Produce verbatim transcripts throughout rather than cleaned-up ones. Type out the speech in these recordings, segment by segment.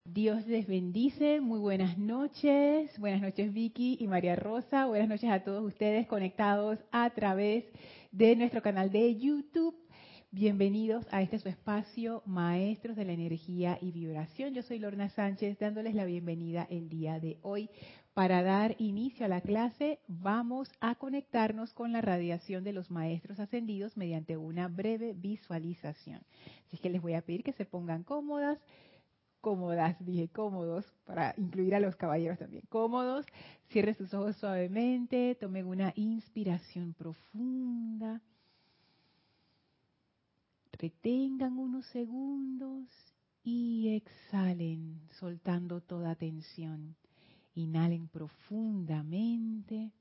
Dios les bendice, muy buenas noches, buenas noches Vicky y María Rosa, buenas noches a todos ustedes conectados a través de nuestro canal de YouTube. Bienvenidos a este su espacio, Maestros de la Energía y Vibración. Yo soy Lorna Sánchez, dándoles la bienvenida el día de hoy. Para dar inicio a la clase, vamos a conectarnos con la radiación de los Maestros Ascendidos mediante una breve visualización. Así que les voy a pedir que se pongan cómodas, cómodas, dije cómodos, para incluir a los caballeros también. Cómodos, cierren sus ojos suavemente, tomen una inspiración profunda, retengan unos segundos y exhalen, soltando toda tensión. Inhalen profundamente,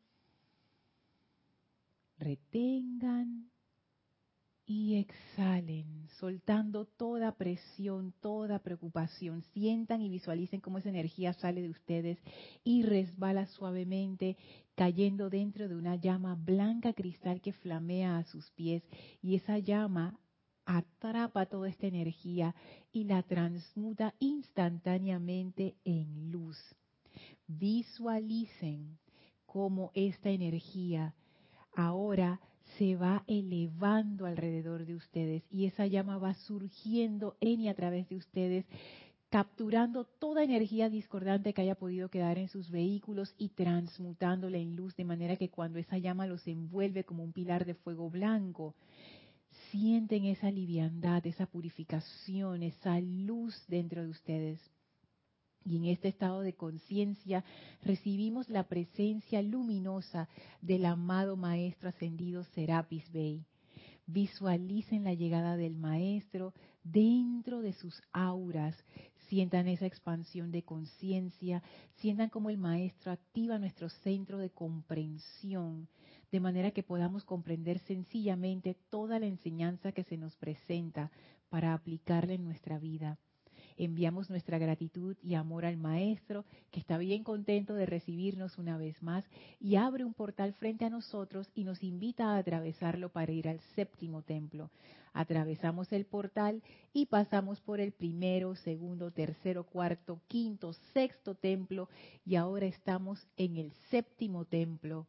retengan y exhalen, soltando toda presión, toda preocupación. Sientan y visualicen cómo esa energía sale de ustedes y resbala suavemente, cayendo dentro de una llama blanca cristal que flamea a sus pies. Y esa llama atrapa toda esta energía y la transmuta instantáneamente en luz. Visualicen cómo esta energía ahora se va elevando alrededor de ustedes y esa llama va surgiendo en y a través de ustedes, capturando toda energía discordante que haya podido quedar en sus vehículos y transmutándola en luz, de manera que cuando esa llama los envuelve como un pilar de fuego blanco, sienten esa liviandad, esa purificación, esa luz dentro de ustedes. Y en este estado de conciencia recibimos la presencia luminosa del amado Maestro Ascendido Serapis Bey. Visualicen la llegada del Maestro dentro de sus auras. Sientan esa expansión de conciencia. Sientan cómo el Maestro activa nuestro centro de comprensión, de manera que podamos comprender sencillamente toda la enseñanza que se nos presenta para aplicarla en nuestra vida. Enviamos nuestra gratitud y amor al Maestro, que está bien contento de recibirnos una vez más y abre un portal frente a nosotros y nos invita a atravesarlo para ir al séptimo templo. Atravesamos el portal y pasamos por el primero, segundo, tercero, cuarto, quinto, sexto templo y ahora estamos en el séptimo templo,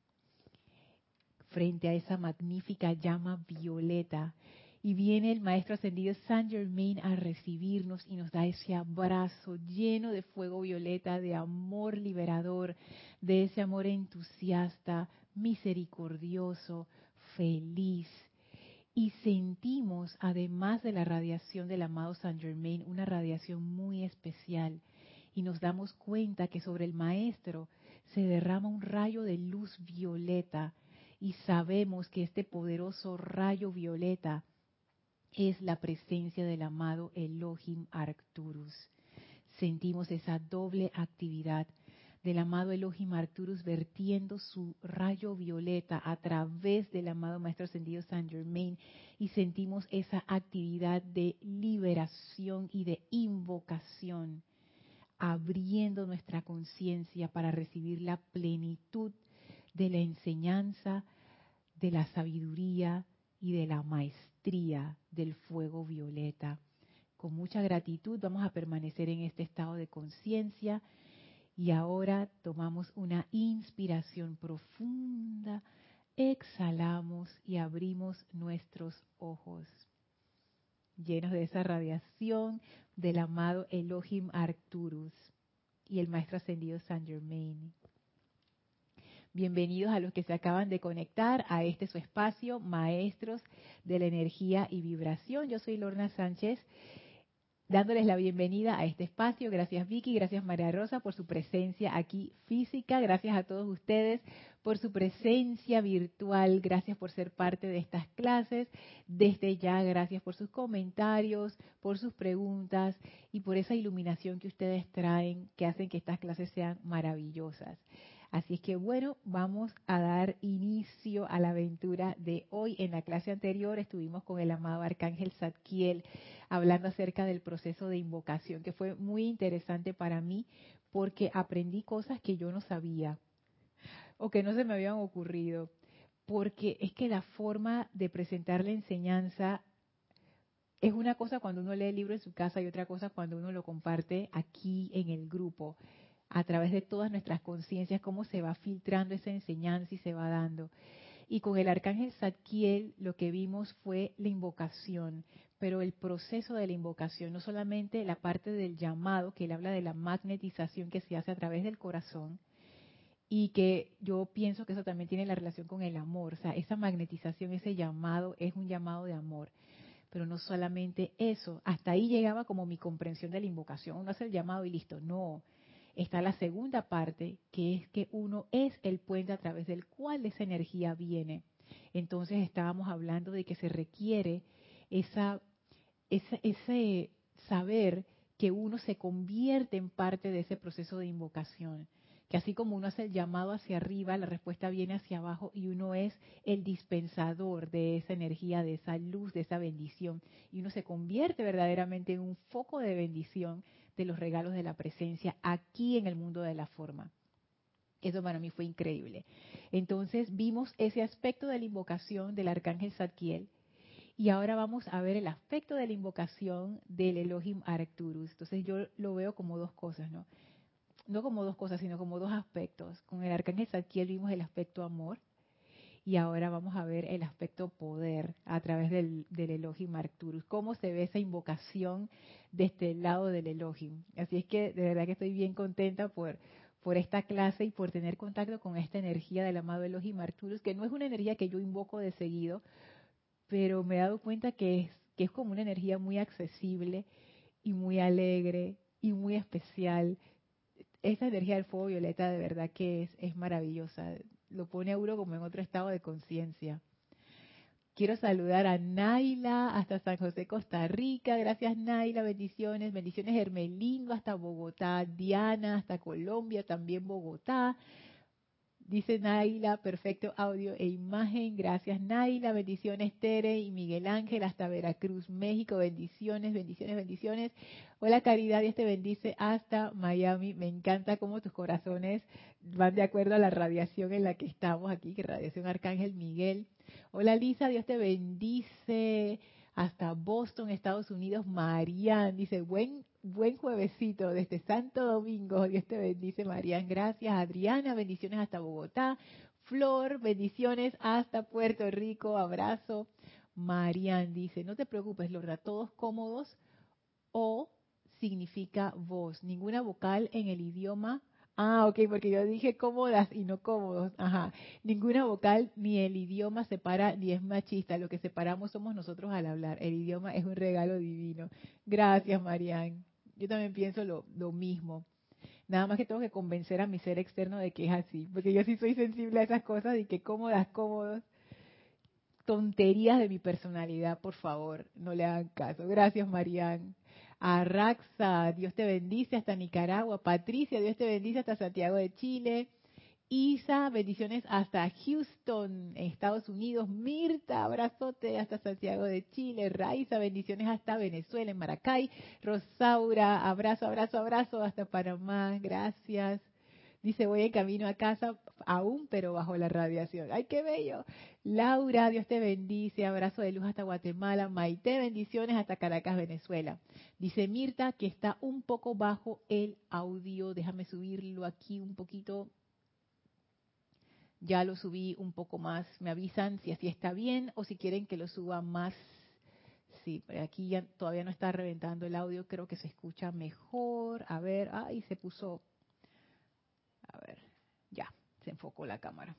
frente a esa magnífica llama violeta. Y viene el Maestro Ascendido Saint Germain a recibirnos y nos da ese abrazo lleno de fuego violeta, de amor liberador, de ese amor entusiasta, misericordioso, feliz. Y sentimos, además de la radiación del amado Saint Germain, una radiación muy especial. Y nos damos cuenta que sobre el Maestro se derrama un rayo de luz violeta. Y sabemos que este poderoso rayo violeta es la presencia del amado Elohim Arcturus. Sentimos esa doble actividad del amado Elohim Arcturus vertiendo su rayo violeta a través del amado Maestro Ascendido Saint Germain y sentimos esa actividad de liberación y de invocación, abriendo nuestra conciencia para recibir la plenitud de la enseñanza, de la sabiduría y de la maestría del fuego violeta. Con mucha gratitud vamos a permanecer en este estado de conciencia y ahora tomamos una inspiración profunda, exhalamos y abrimos nuestros ojos, llenos de esa radiación del amado Elohim Arcturus y el Maestro Ascendido Saint Germain. Bienvenidos a los que se acaban de conectar a este su espacio, Maestros de la Energía y Vibración. Yo soy Lorna Sánchez, dándoles la bienvenida a este espacio. Gracias Vicky, gracias María Rosa por su presencia aquí física. Gracias a todos ustedes por su presencia virtual. Gracias por ser parte de estas clases. Desde ya, gracias por sus comentarios, por sus preguntas y por esa iluminación que ustedes traen, que hacen que estas clases sean maravillosas. Así es que bueno, vamos a dar inicio a la aventura de hoy. En la clase anterior estuvimos con el amado Arcángel Zadkiel hablando acerca del proceso de invocación, que fue muy interesante para mí porque aprendí cosas que yo no sabía o que no se me habían ocurrido. Porque es que la forma de presentar la enseñanza es una cosa cuando uno lee el libro en su casa y otra cosa cuando uno lo comparte aquí en el grupo, a través de todas nuestras conciencias, cómo se va filtrando esa enseñanza y se va dando. Y con el arcángel Zadkiel lo que vimos fue la invocación, pero el proceso de la invocación, no solamente la parte del llamado, que él habla de la magnetización que se hace a través del corazón, y que yo pienso que eso también tiene la relación con el amor, o sea, esa magnetización, ese llamado es un llamado de amor. Pero no solamente eso, hasta ahí llegaba como mi comprensión de la invocación, uno hace el llamado y listo, no. Está la segunda parte, que es que uno es el puente a través del cual esa energía viene. Entonces estábamos hablando de que se requiere esa, esa, ese saber que uno se convierte en parte de ese proceso de invocación. Que así como uno hace el llamado hacia arriba, la respuesta viene hacia abajo y uno es el dispensador de esa energía, de esa luz, de esa bendición. Y uno se convierte verdaderamente en un foco de bendición de los regalos de la presencia aquí en el mundo de la forma. Eso para mí fue increíble. Entonces vimos ese aspecto de la invocación del arcángel Zadkiel y ahora vamos a ver el aspecto de la invocación del Elohim Arcturus. Entonces yo lo veo como dos cosas, ¿no? No como dos cosas, sino como dos aspectos. Con el arcángel Zadkiel vimos el aspecto amor y ahora vamos a ver el aspecto poder a través del, del Elohim Arcturus. Cómo se ve esa invocación de este lado del Elohim. Así es que de verdad que estoy bien contenta por, por esta clase y por tener contacto con esta energía del amado Elohim Arcturus, que no es una energía que yo invoco de seguido, pero me he dado cuenta que es, que es como una energía muy accesible y muy alegre y muy especial. Esa energía del fuego violeta de verdad que es, es maravillosa. Lo pone a uno como en otro estado de conciencia. Quiero saludar a Naila hasta San José, Costa Rica. Gracias, Naila. Bendiciones. Bendiciones, Hermelingo hasta Bogotá. Diana hasta Colombia, también Bogotá. Dice Naila, perfecto audio e imagen. Gracias, Naila. Bendiciones, Tere y Miguel Ángel hasta Veracruz, México. Bendiciones, bendiciones, bendiciones. Hola, Caridad, Dios te bendice hasta Miami. Me encanta cómo tus corazones van de acuerdo a la radiación en la que estamos aquí, que radiación Arcángel Miguel. Hola, Lisa, Dios te bendice hasta Boston, Estados Unidos. Marian dice, buen buen juevesito desde Santo Domingo. Dios te bendice, Marian. Gracias, Adriana. Bendiciones hasta Bogotá. Flor, bendiciones hasta Puerto Rico. Abrazo. Marian dice, no te preocupes, Lorda, todos cómodos. O significa voz. Ninguna vocal en el idioma. Ah, ok, porque yo dije cómodas y no cómodos. Ajá. Ninguna vocal ni el idioma separa ni es machista. Lo que separamos somos nosotros al hablar. El idioma es un regalo divino. Gracias, Marian. Yo también pienso lo, lo mismo. Nada más que tengo que convencer a mi ser externo de que es así. Porque yo sí soy sensible a esas cosas y que cómodas, cómodos. Tonterías de mi personalidad, por favor, no le hagan caso. Gracias, Marian. A Raxa, Dios te bendice hasta Nicaragua. Patricia, Dios te bendice hasta Santiago de Chile. Isa, bendiciones hasta Houston, Estados Unidos. Mirta, abrazote hasta Santiago de Chile. Raiza, bendiciones hasta Venezuela, en Maracay. Rosaura, abrazo, abrazo, abrazo hasta Panamá. Gracias. Dice, voy en camino a casa aún, pero bajo la radiación. ¡Ay, qué bello! Laura, Dios te bendice. Abrazo de luz hasta Guatemala. Maite, bendiciones hasta Caracas, Venezuela. Dice Mirta que está un poco bajo el audio. Déjame subirlo aquí un poquito. Ya lo subí un poco más. Me avisan si así está bien o si quieren que lo suba más. Sí, pero aquí ya todavía no está reventando el audio. Creo que se escucha mejor. A ver, ay, se puso... A ver, ya, se enfocó la cámara.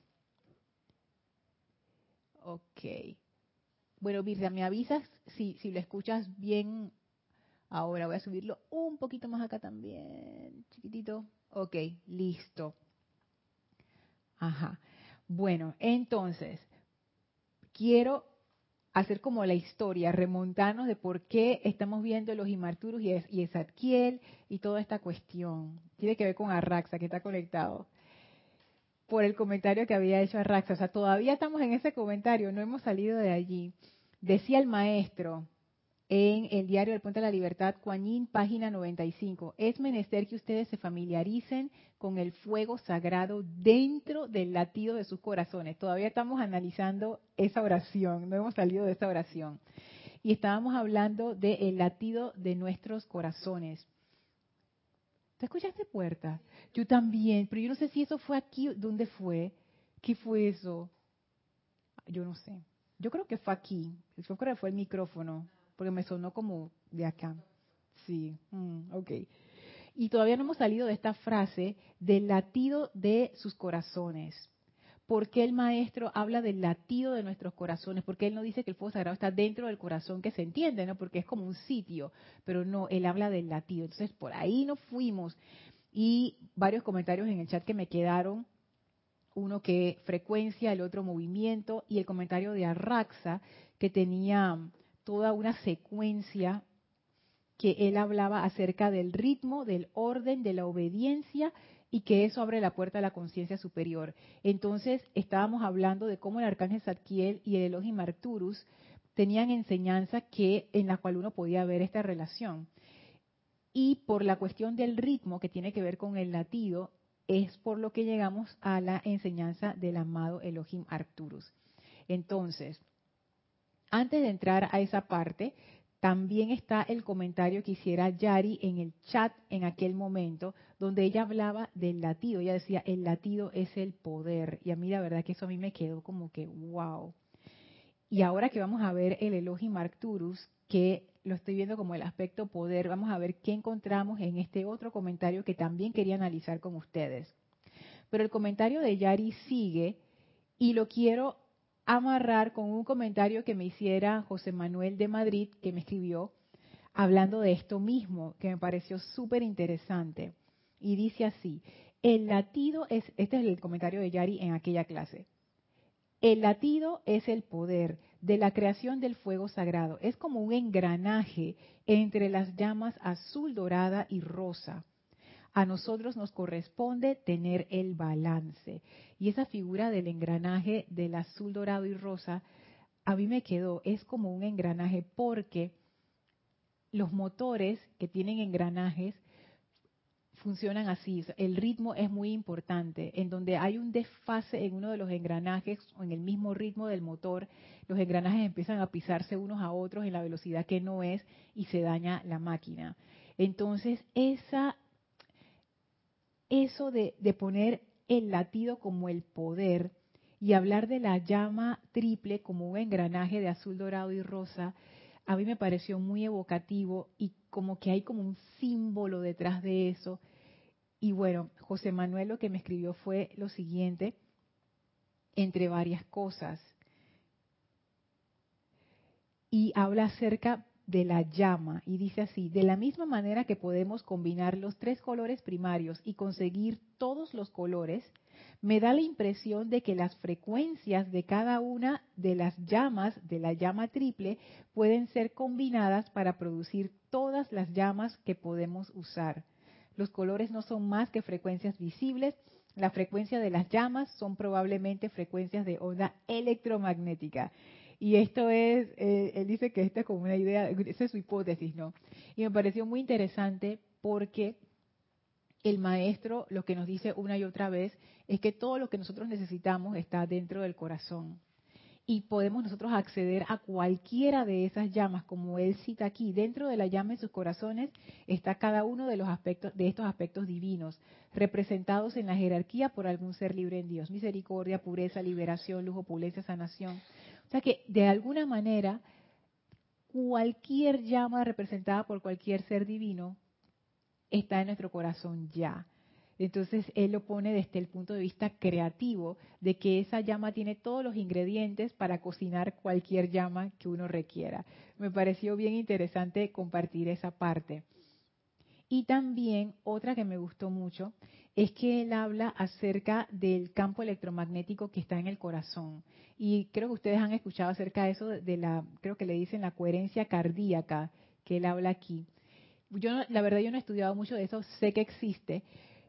Ok. Bueno, Mirta, ¿me avisas si, si lo escuchas bien? Ahora voy a subirlo un poquito más acá también, chiquitito. Ok, listo. Ajá. Bueno, entonces, quiero hacer como la historia, remontarnos de por qué estamos viendo los Imarturus y, es, y Zadkiel y toda esta cuestión. Tiene que ver con Arraxa, que está conectado. Por el comentario que había hecho Arraxa. O sea, todavía estamos en ese comentario, no hemos salido de allí. Decía el maestro en el diario del Puente de la Libertad, Kuan Yin, página noventa y cinco, es menester que ustedes se familiaricen con el fuego sagrado dentro del latido de sus corazones. Todavía estamos analizando esa oración, no hemos salido de esa oración. y estábamos hablando del latido de nuestros corazones. ¿Te escuchaste puerta? Yo también, pero yo no sé si eso fue aquí, ¿dónde fue? ¿Qué fue eso? Yo no sé. Yo creo que fue aquí. Yo creo que fue el micrófono, porque me sonó como de acá. Sí, mm, ok. Y todavía no hemos salido de esta frase del latido de sus corazones. ¿Por qué el maestro habla del latido de nuestros corazones? Porque él no dice que el fuego sagrado está dentro del corazón, que se entiende, ¿no? Porque es como un sitio, pero no, él habla del latido. Entonces, por ahí nos fuimos. Y varios comentarios en el chat que me quedaron, uno que frecuencia, el otro movimiento, y el comentario de Arraxa, que tenía toda una secuencia que él hablaba acerca del ritmo, del orden, de la obediencia, y que eso abre la puerta a la conciencia superior. Entonces, estábamos hablando de cómo el arcángel Zadkiel y el Elohim Arcturus tenían enseñanza que en la cual uno podía ver esta relación. Y por la cuestión del ritmo, que tiene que ver con el latido, es por lo que llegamos a la enseñanza del amado Elohim Arcturus. Entonces, antes de entrar a esa parte, también está el comentario que hiciera Yari en el chat en aquel momento, donde ella hablaba del latido. Ella decía, el latido es el poder. Y a mí la verdad que eso a mí me quedó como que, wow. Y ahora que vamos a ver el Elohim Arcturus, que lo estoy viendo como el aspecto poder, vamos a ver qué encontramos en este otro comentario que también quería analizar con ustedes. Pero el comentario de Yari sigue y lo quiero amarrar con un comentario que me hiciera José Manuel de Madrid, que me escribió hablando de esto mismo, que me pareció súper interesante. Y dice así, el latido es, este es el comentario de Yari en aquella clase, el latido es el poder de la creación del fuego sagrado, es como un engranaje entre las llamas azul, dorada y rosa. A nosotros nos corresponde tener el balance. Y esa figura del engranaje del azul, dorado y rosa, a mí me quedó, es como un engranaje porque los motores que tienen engranajes funcionan así. El ritmo es muy importante. En donde hay un desfase en uno de los engranajes o en el mismo ritmo del motor, los engranajes empiezan a pisarse unos a otros en la velocidad que no es y se daña la máquina. Entonces, esa eso de, de poner el latido como el poder y hablar de la llama triple como un engranaje de azul, dorado y rosa, a mí me pareció muy evocativo y como que hay como un símbolo detrás de eso. Y bueno, José Manuel lo que me escribió fue lo siguiente, entre varias cosas. Y habla acerca de la llama y dice así, de la misma manera que podemos combinar los tres colores primarios y conseguir todos los colores, me da la impresión de que las frecuencias de cada una de las llamas de la llama triple pueden ser combinadas para producir todas las llamas que podemos usar. Los colores no son más que frecuencias visibles. La frecuencia de las llamas son probablemente frecuencias de onda electromagnética. Y esto es, eh, él dice que esta es como una idea, esa es su hipótesis, ¿no? Y me pareció muy interesante porque el maestro lo que nos dice una y otra vez es que todo lo que nosotros necesitamos está dentro del corazón. Y podemos nosotros acceder a cualquiera de esas llamas, como él cita aquí. Dentro de la llama en sus corazones está cada uno de los aspectos, de estos aspectos divinos, representados en la jerarquía por algún ser libre en Dios. Misericordia, pureza, liberación, luz, opulencia, sanación. O sea que de alguna manera cualquier llama representada por cualquier ser divino está en nuestro corazón ya. Entonces él lo pone desde el punto de vista creativo, de que esa llama tiene todos los ingredientes para cocinar cualquier llama que uno requiera. Me pareció bien interesante compartir esa parte. Y también otra que me gustó mucho es que él habla acerca del campo electromagnético que está en el corazón. Y creo que ustedes han escuchado acerca de eso, de la, creo que le dicen la coherencia cardíaca, que él habla aquí. Yo, no, la verdad, yo no he estudiado mucho de eso, sé que existe.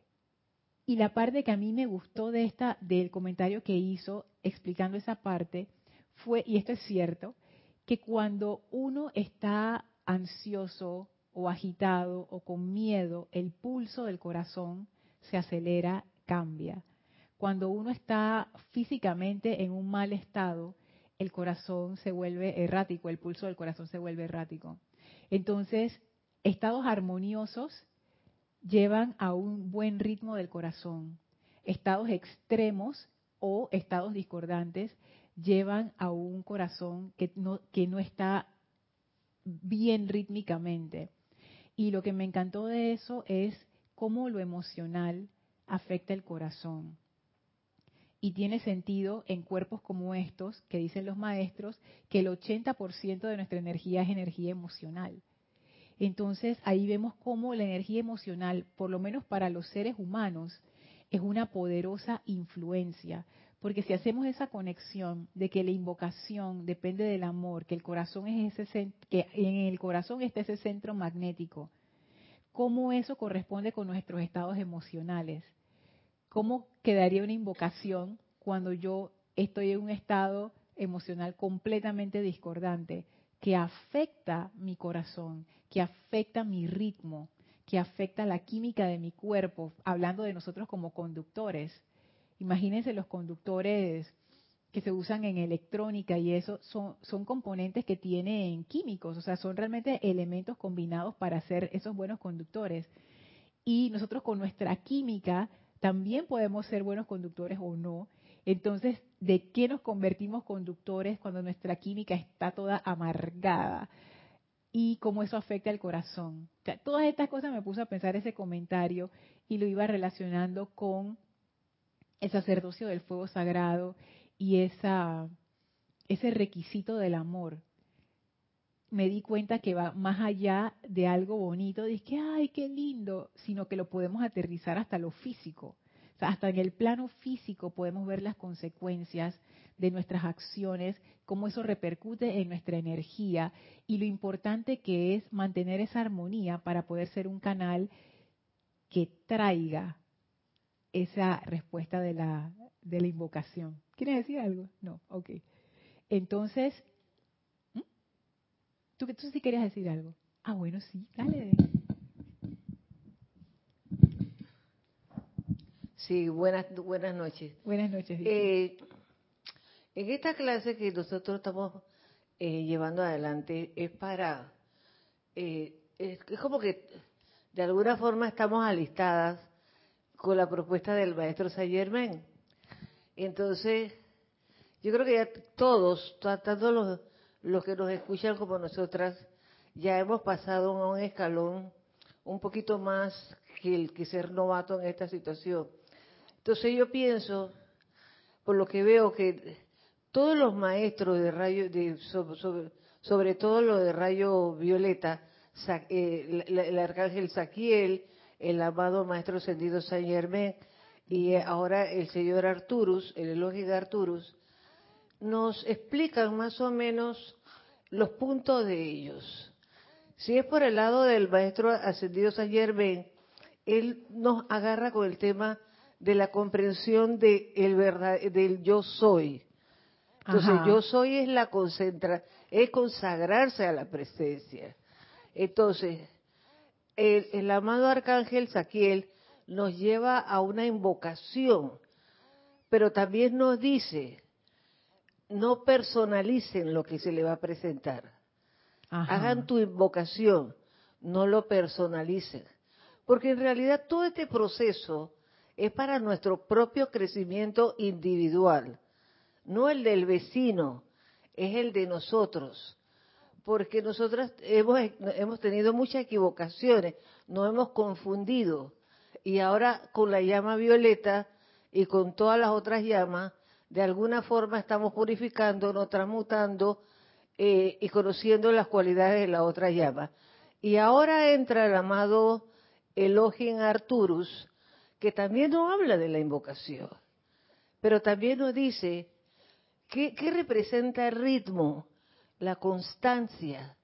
Y la parte que a mí me gustó de esta, del comentario que hizo explicando esa parte fue, y esto es cierto, que cuando uno está ansioso o agitado o con miedo, el pulso del corazón se acelera, cambia. Cuando uno está físicamente en un mal estado, el corazón se vuelve errático, el pulso del corazón se vuelve errático. Entonces, estados armoniosos llevan a un buen ritmo del corazón. Estados extremos o estados discordantes llevan a un corazón que no, que no está bien rítmicamente. Y lo que me encantó de eso es cómo lo emocional afecta el corazón. Y tiene sentido en cuerpos como estos, que dicen los maestros, que el ochenta por ciento de nuestra energía es energía emocional. Entonces ahí vemos cómo la energía emocional, por lo menos para los seres humanos, es una poderosa influencia. Porque si hacemos esa conexión de que la invocación depende del amor, que el corazón es ese, que en el corazón está ese centro magnético, ¿cómo eso corresponde con nuestros estados emocionales? ¿Cómo quedaría una invocación cuando yo estoy en un estado emocional completamente discordante, que afecta mi corazón, que afecta mi ritmo, que afecta la química de mi cuerpo, hablando de nosotros como conductores? Imagínense los conductores que se usan en electrónica y eso son, son componentes que tienen químicos, o sea, son realmente elementos combinados para hacer esos buenos conductores. Y nosotros con nuestra química también podemos ser buenos conductores o no. Entonces, ¿de qué nos convertimos conductores cuando nuestra química está toda amargada? Y cómo eso afecta al corazón. O sea, todas estas cosas me puso a pensar ese comentario y lo iba relacionando con el sacerdocio del fuego sagrado y esa, ese requisito del amor. Me di cuenta que va más allá de algo bonito, de que, ay, qué lindo, sino que lo podemos aterrizar hasta lo físico. O sea, hasta en el plano físico podemos ver las consecuencias de nuestras acciones, cómo eso repercute en nuestra energía y lo importante que es mantener esa armonía para poder ser un canal que traiga esa respuesta de la, de la invocación. ¿Quieres decir algo? No, ok. Entonces, ¿hmm? ¿Tú, tú sí querías decir algo? Ah, bueno, sí, dale. Sí, buenas, buenas noches. Buenas noches, Vicky. Eh, en esta clase que nosotros estamos eh, llevando adelante es para, eh, es, es como que de alguna forma estamos alistadas con la propuesta del maestro Saint Germain. Entonces, yo creo que ya todos, tanto los, los que nos escuchan como nosotras, ya hemos pasado a un escalón un poquito más que el que ser novato en esta situación. Entonces yo pienso, por lo que veo, que todos los maestros de rayo, de, sobre, sobre, sobre todo lo de rayo violeta, eh, el, el arcángel Saquiel, el amado maestro ascendido Saint Germain, y ahora el señor Arturus, el elogio de Arturus, nos explican más o menos los puntos de ellos. Si es por el lado del maestro ascendido Saint Germain, él nos agarra con el tema de la comprensión de el verdad, del yo soy. Entonces, Ajá. yo soy es la concentra, es consagrarse a la presencia. Entonces, el, el amado arcángel Saquiel nos lleva a una invocación, pero también nos dice, no personalicen lo que se le va a presentar. Ajá. Hagan tu invocación, no lo personalicen. Porque en realidad todo este proceso es para nuestro propio crecimiento individual, no el del vecino, es el de nosotros. Porque nosotras hemos, hemos tenido muchas equivocaciones, nos hemos confundido. Y ahora con la llama violeta y con todas las otras llamas, de alguna forma estamos purificándonos, transmutando eh, y conociendo las cualidades de la otra llama. Y ahora entra el amado Elohim Arturus, que también nos habla de la invocación, pero también nos dice ¿qué, qué representa el ritmo? La constancia.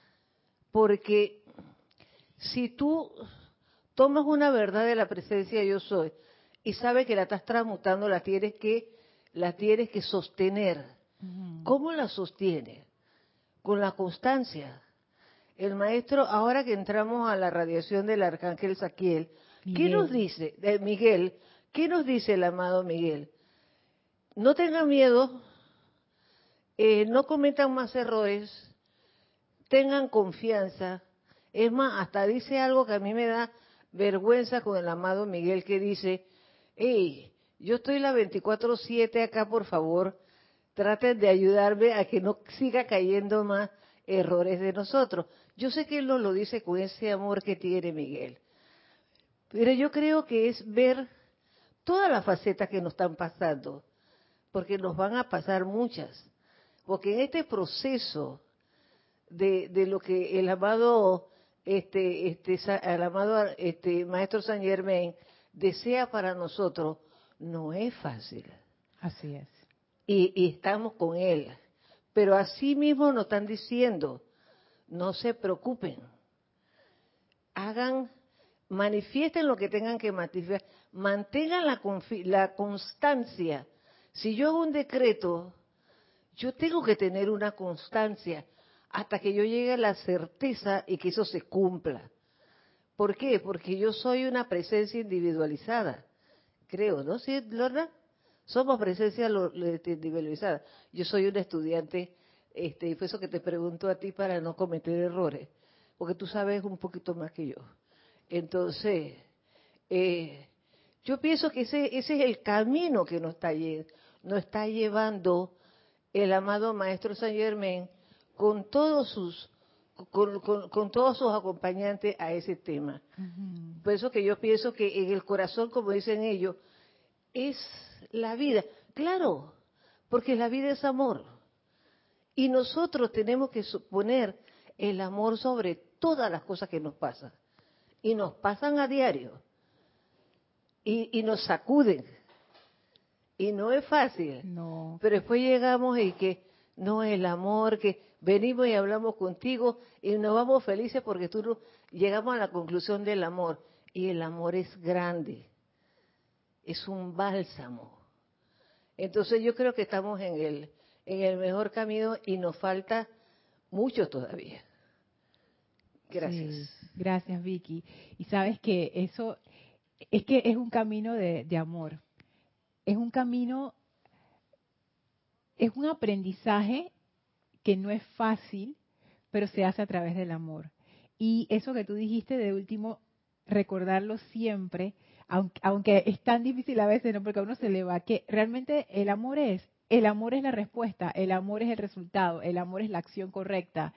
Porque si tú tomas una verdad de la presencia yo soy y sabes que la estás transmutando, la tienes que, la tienes que sostener. ¿Cómo la sostienes? Con la constancia. El maestro, ahora que entramos a la radiación del arcángel Saquiel, ¿qué nos dice? Eh, Miguel, ¿qué nos dice el amado Miguel? No tenga miedo eh, no cometan más errores, tengan confianza. Es más, hasta dice algo que a mí me da vergüenza con el amado Miguel, que dice, hey, yo estoy la veinticuatro siete acá, por favor, traten de ayudarme a que no siga cayendo más errores de nosotros. Yo sé que él nos lo dice con ese amor que tiene Miguel, pero yo creo que es ver todas las facetas que nos están pasando, porque nos van a pasar muchas, porque en este proceso de, de lo que el amado este este el amado este maestro Saint Germain desea para nosotros, no es fácil. Así es. Y, y estamos con él, pero así mismo nos están diciendo, no se preocupen, hagan, manifiesten lo que tengan que manifestar, mantengan la, la constancia. Si yo hago un decreto, yo tengo que tener una constancia hasta que yo llegue a la certeza y que eso se cumpla. ¿Por qué? Porque yo soy una presencia individualizada, creo, ¿no? ¿Sí, Lorna? Somos presencia individualizada. Yo soy un estudiante, este, y fue eso que te pregunto a ti para no cometer errores, porque tú sabes un poquito más que yo. Entonces, eh, yo pienso que ese, ese es el camino que nos está, nos está llevando el amado Maestro Saint Germain con todos sus con, con, con todos sus acompañantes a ese tema. Uh-huh. Por eso que yo pienso que en el corazón, como dicen ellos, es la vida. Claro, porque la vida es amor. Y nosotros tenemos que poner el amor sobre todas las cosas que nos pasan. Y nos pasan a diario. Y, y nos sacuden. Y no es fácil. No. Pero después llegamos y que no, el amor, que venimos y hablamos contigo y nos vamos felices porque tú no, llegamos a la conclusión del amor. Y el amor es grande. Es un bálsamo. Entonces yo creo que estamos en el, en el mejor camino y nos falta mucho todavía. Gracias. Sí, gracias, Vicky. Y sabes que eso es que es un camino de, de amor. Es un camino, es un aprendizaje que no es fácil, pero se hace a través del amor. Y eso que tú dijiste de último, recordarlo siempre, aunque, aunque es tan difícil a veces, ¿no? Porque a uno se le va, que realmente el amor es, el amor es la respuesta, el amor es el resultado, el amor es la acción correcta.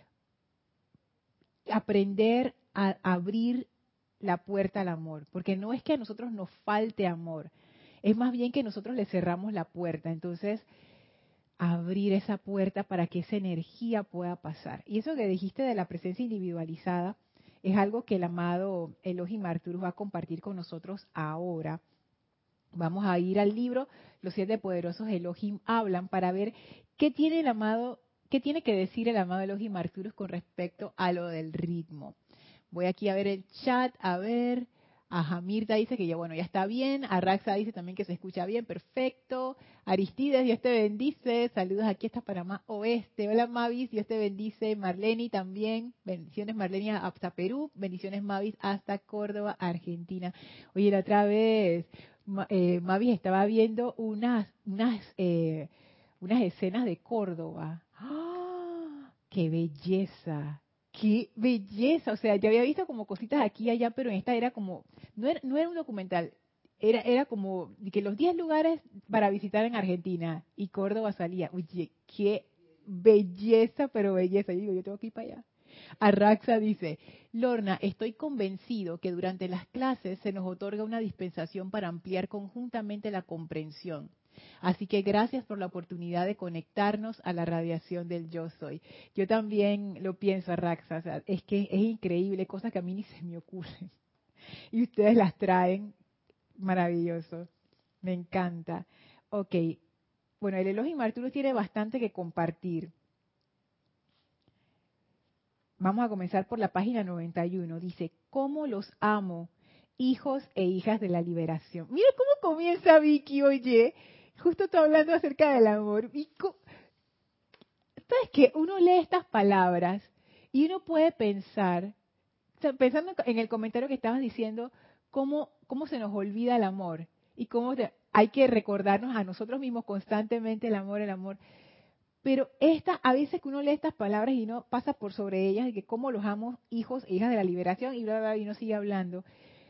Aprender a abrir la puerta al amor, porque no es que a nosotros nos falte amor, es más bien que nosotros le cerramos la puerta. Entonces, abrir esa puerta para que esa energía pueda pasar. Y eso que dijiste de la presencia individualizada es algo que el amado Elohim Arturus va a compartir con nosotros ahora. Vamos a ir al libro Los siete poderosos Elohim hablan para ver qué tiene el amado, qué tiene que decir el amado Elohim Arturus con respecto a lo del ritmo. Voy aquí a ver el chat, a ver. Ajá, Mirta dice que ya, bueno, ya está bien. Arraxa dice también que se escucha bien, perfecto. Aristides, Dios te bendice. Saludos, aquí está Panamá Oeste. Hola, Mavis, Dios te bendice. Marleni también. Bendiciones, Marleni, hasta Perú. Bendiciones, Mavis, hasta Córdoba, Argentina. Oye, la otra vez, eh, Mavis estaba viendo unas, unas, eh, unas escenas de Córdoba. ¡Ah! ¡Qué belleza! ¡Qué belleza! O sea, yo había visto como cositas aquí y allá, pero en esta era como, no era, no era un documental, era, era como que los diez lugares para visitar en Argentina y Córdoba salía. Oye, qué belleza, pero belleza. Yo digo, yo tengo que ir para allá. Arraxa dice, Lorna, estoy convencido que durante las clases se nos otorga una dispensación para ampliar conjuntamente la comprensión. Así que gracias por la oportunidad de conectarnos a la radiación del yo soy. Yo también lo pienso, Arraxa, o sea, es que es increíble, cosas que a mí ni se me ocurren. Y ustedes las traen, maravilloso, me encanta. Ok, bueno, el Elohim Arturus tiene bastante que compartir. Vamos a comenzar por la página noventa y uno. Dice, ¿cómo los amo, hijos e hijas de la liberación? Mira cómo comienza Vicky, oye. Justo está hablando acerca del amor. Y ¿sabes qué? Uno lee estas palabras y uno puede pensar, o sea, pensando en el comentario que estabas diciendo, cómo, cómo se nos olvida el amor. Y cómo te, hay que recordarnos a nosotros mismos constantemente el amor, el amor. Pero esta, a veces que uno lee estas palabras y no pasa por sobre ellas, de que cómo los amo, hijos e hijas de la liberación, y bla, bla, bla, y uno sigue hablando.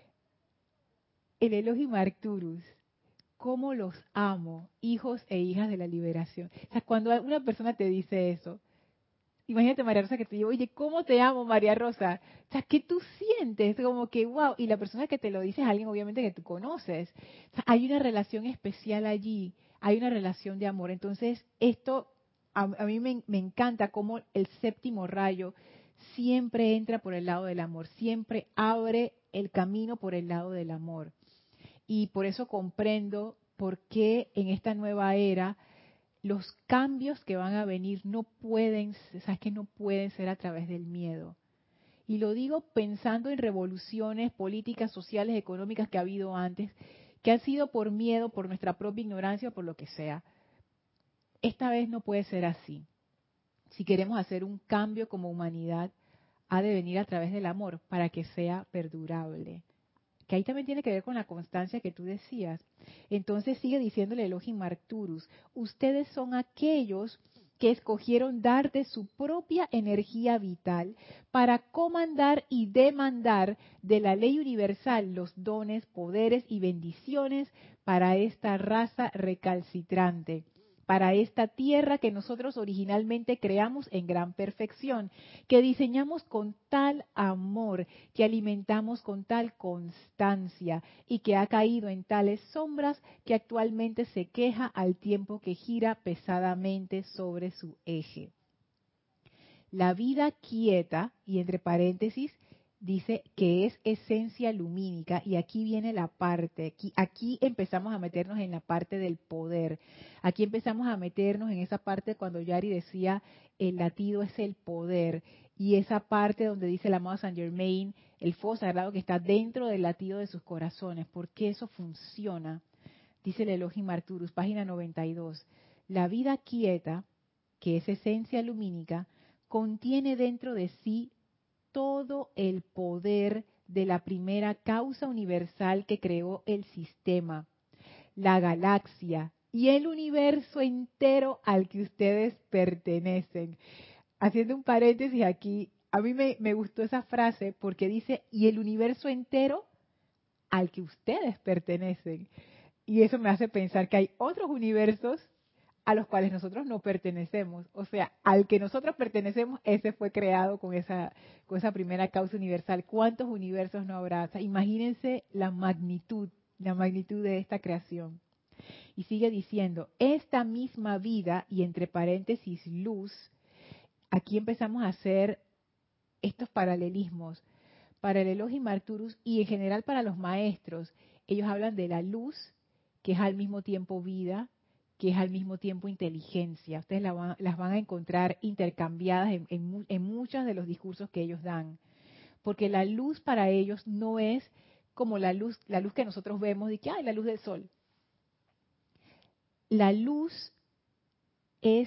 El Elohim Arcturus, cómo los amo, hijos e hijas de la liberación. O sea, cuando una persona te dice eso, imagínate María Rosa que te digo, oye, ¿cómo te amo, María Rosa? O sea, ¿qué tú sientes? Como que, wow, y la persona que te lo dice es alguien obviamente que tú conoces. O sea, hay una relación especial allí, hay una relación de amor. Entonces, esto a, a mí me, me encanta cómo el séptimo rayo siempre entra por el lado del amor, siempre abre el camino por el lado del amor. Y por eso comprendo por qué en esta nueva era los cambios que van a venir no pueden, sabes que no pueden ser a través del miedo. Y lo digo pensando en revoluciones políticas, sociales, económicas que ha habido antes, que han sido por miedo, por nuestra propia ignorancia o por lo que sea. Esta vez no puede ser así. Si queremos hacer un cambio como humanidad, ha de venir a través del amor para que sea perdurable. Que ahí también tiene que ver con la constancia que tú decías. Entonces sigue diciéndole Elohim Arcturus, ustedes son aquellos que escogieron dar de su propia energía vital para comandar y demandar de la ley universal los dones, poderes y bendiciones para esta raza recalcitrante, para esta tierra que nosotros originalmente creamos en gran perfección, que diseñamos con tal amor, que alimentamos con tal constancia y que ha caído en tales sombras que actualmente se queja al tiempo que gira pesadamente sobre su eje. La vida quieta, y entre paréntesis, dice que es esencia lumínica, y aquí viene la parte, aquí, aquí empezamos a meternos en la parte del poder, aquí empezamos a meternos en esa parte cuando Yari decía el latido es el poder, y esa parte donde dice el amado Saint Germain, el fuego sagrado que está dentro del latido de sus corazones, porque eso funciona, dice el Elohim Arcturus, página noventa y dos, la vida quieta, que es esencia lumínica, contiene dentro de sí todo el poder de la primera causa universal que creó el sistema, la galaxia y el universo entero al que ustedes pertenecen. Haciendo un paréntesis aquí, a mí me, me gustó esa frase porque dice, y el universo entero al que ustedes pertenecen. Y eso me hace pensar que hay otros universos a los cuales nosotros no pertenecemos. O sea, al que nosotros pertenecemos, ese fue creado con esa, con esa primera causa universal. ¿Cuántos universos no habrá? O sea, imagínense la magnitud, la magnitud de esta creación. Y sigue diciendo, esta misma vida, y entre paréntesis luz, aquí empezamos a hacer estos paralelismos. Para el Elohim Arcturus y en general para los maestros, ellos hablan de la luz, que es al mismo tiempo vida, que es al mismo tiempo inteligencia. Ustedes la van, las van a encontrar intercambiadas en, en, en muchos de los discursos que ellos dan. Porque la luz para ellos no es como la luz, la luz que nosotros vemos de que hay la luz del sol. La luz es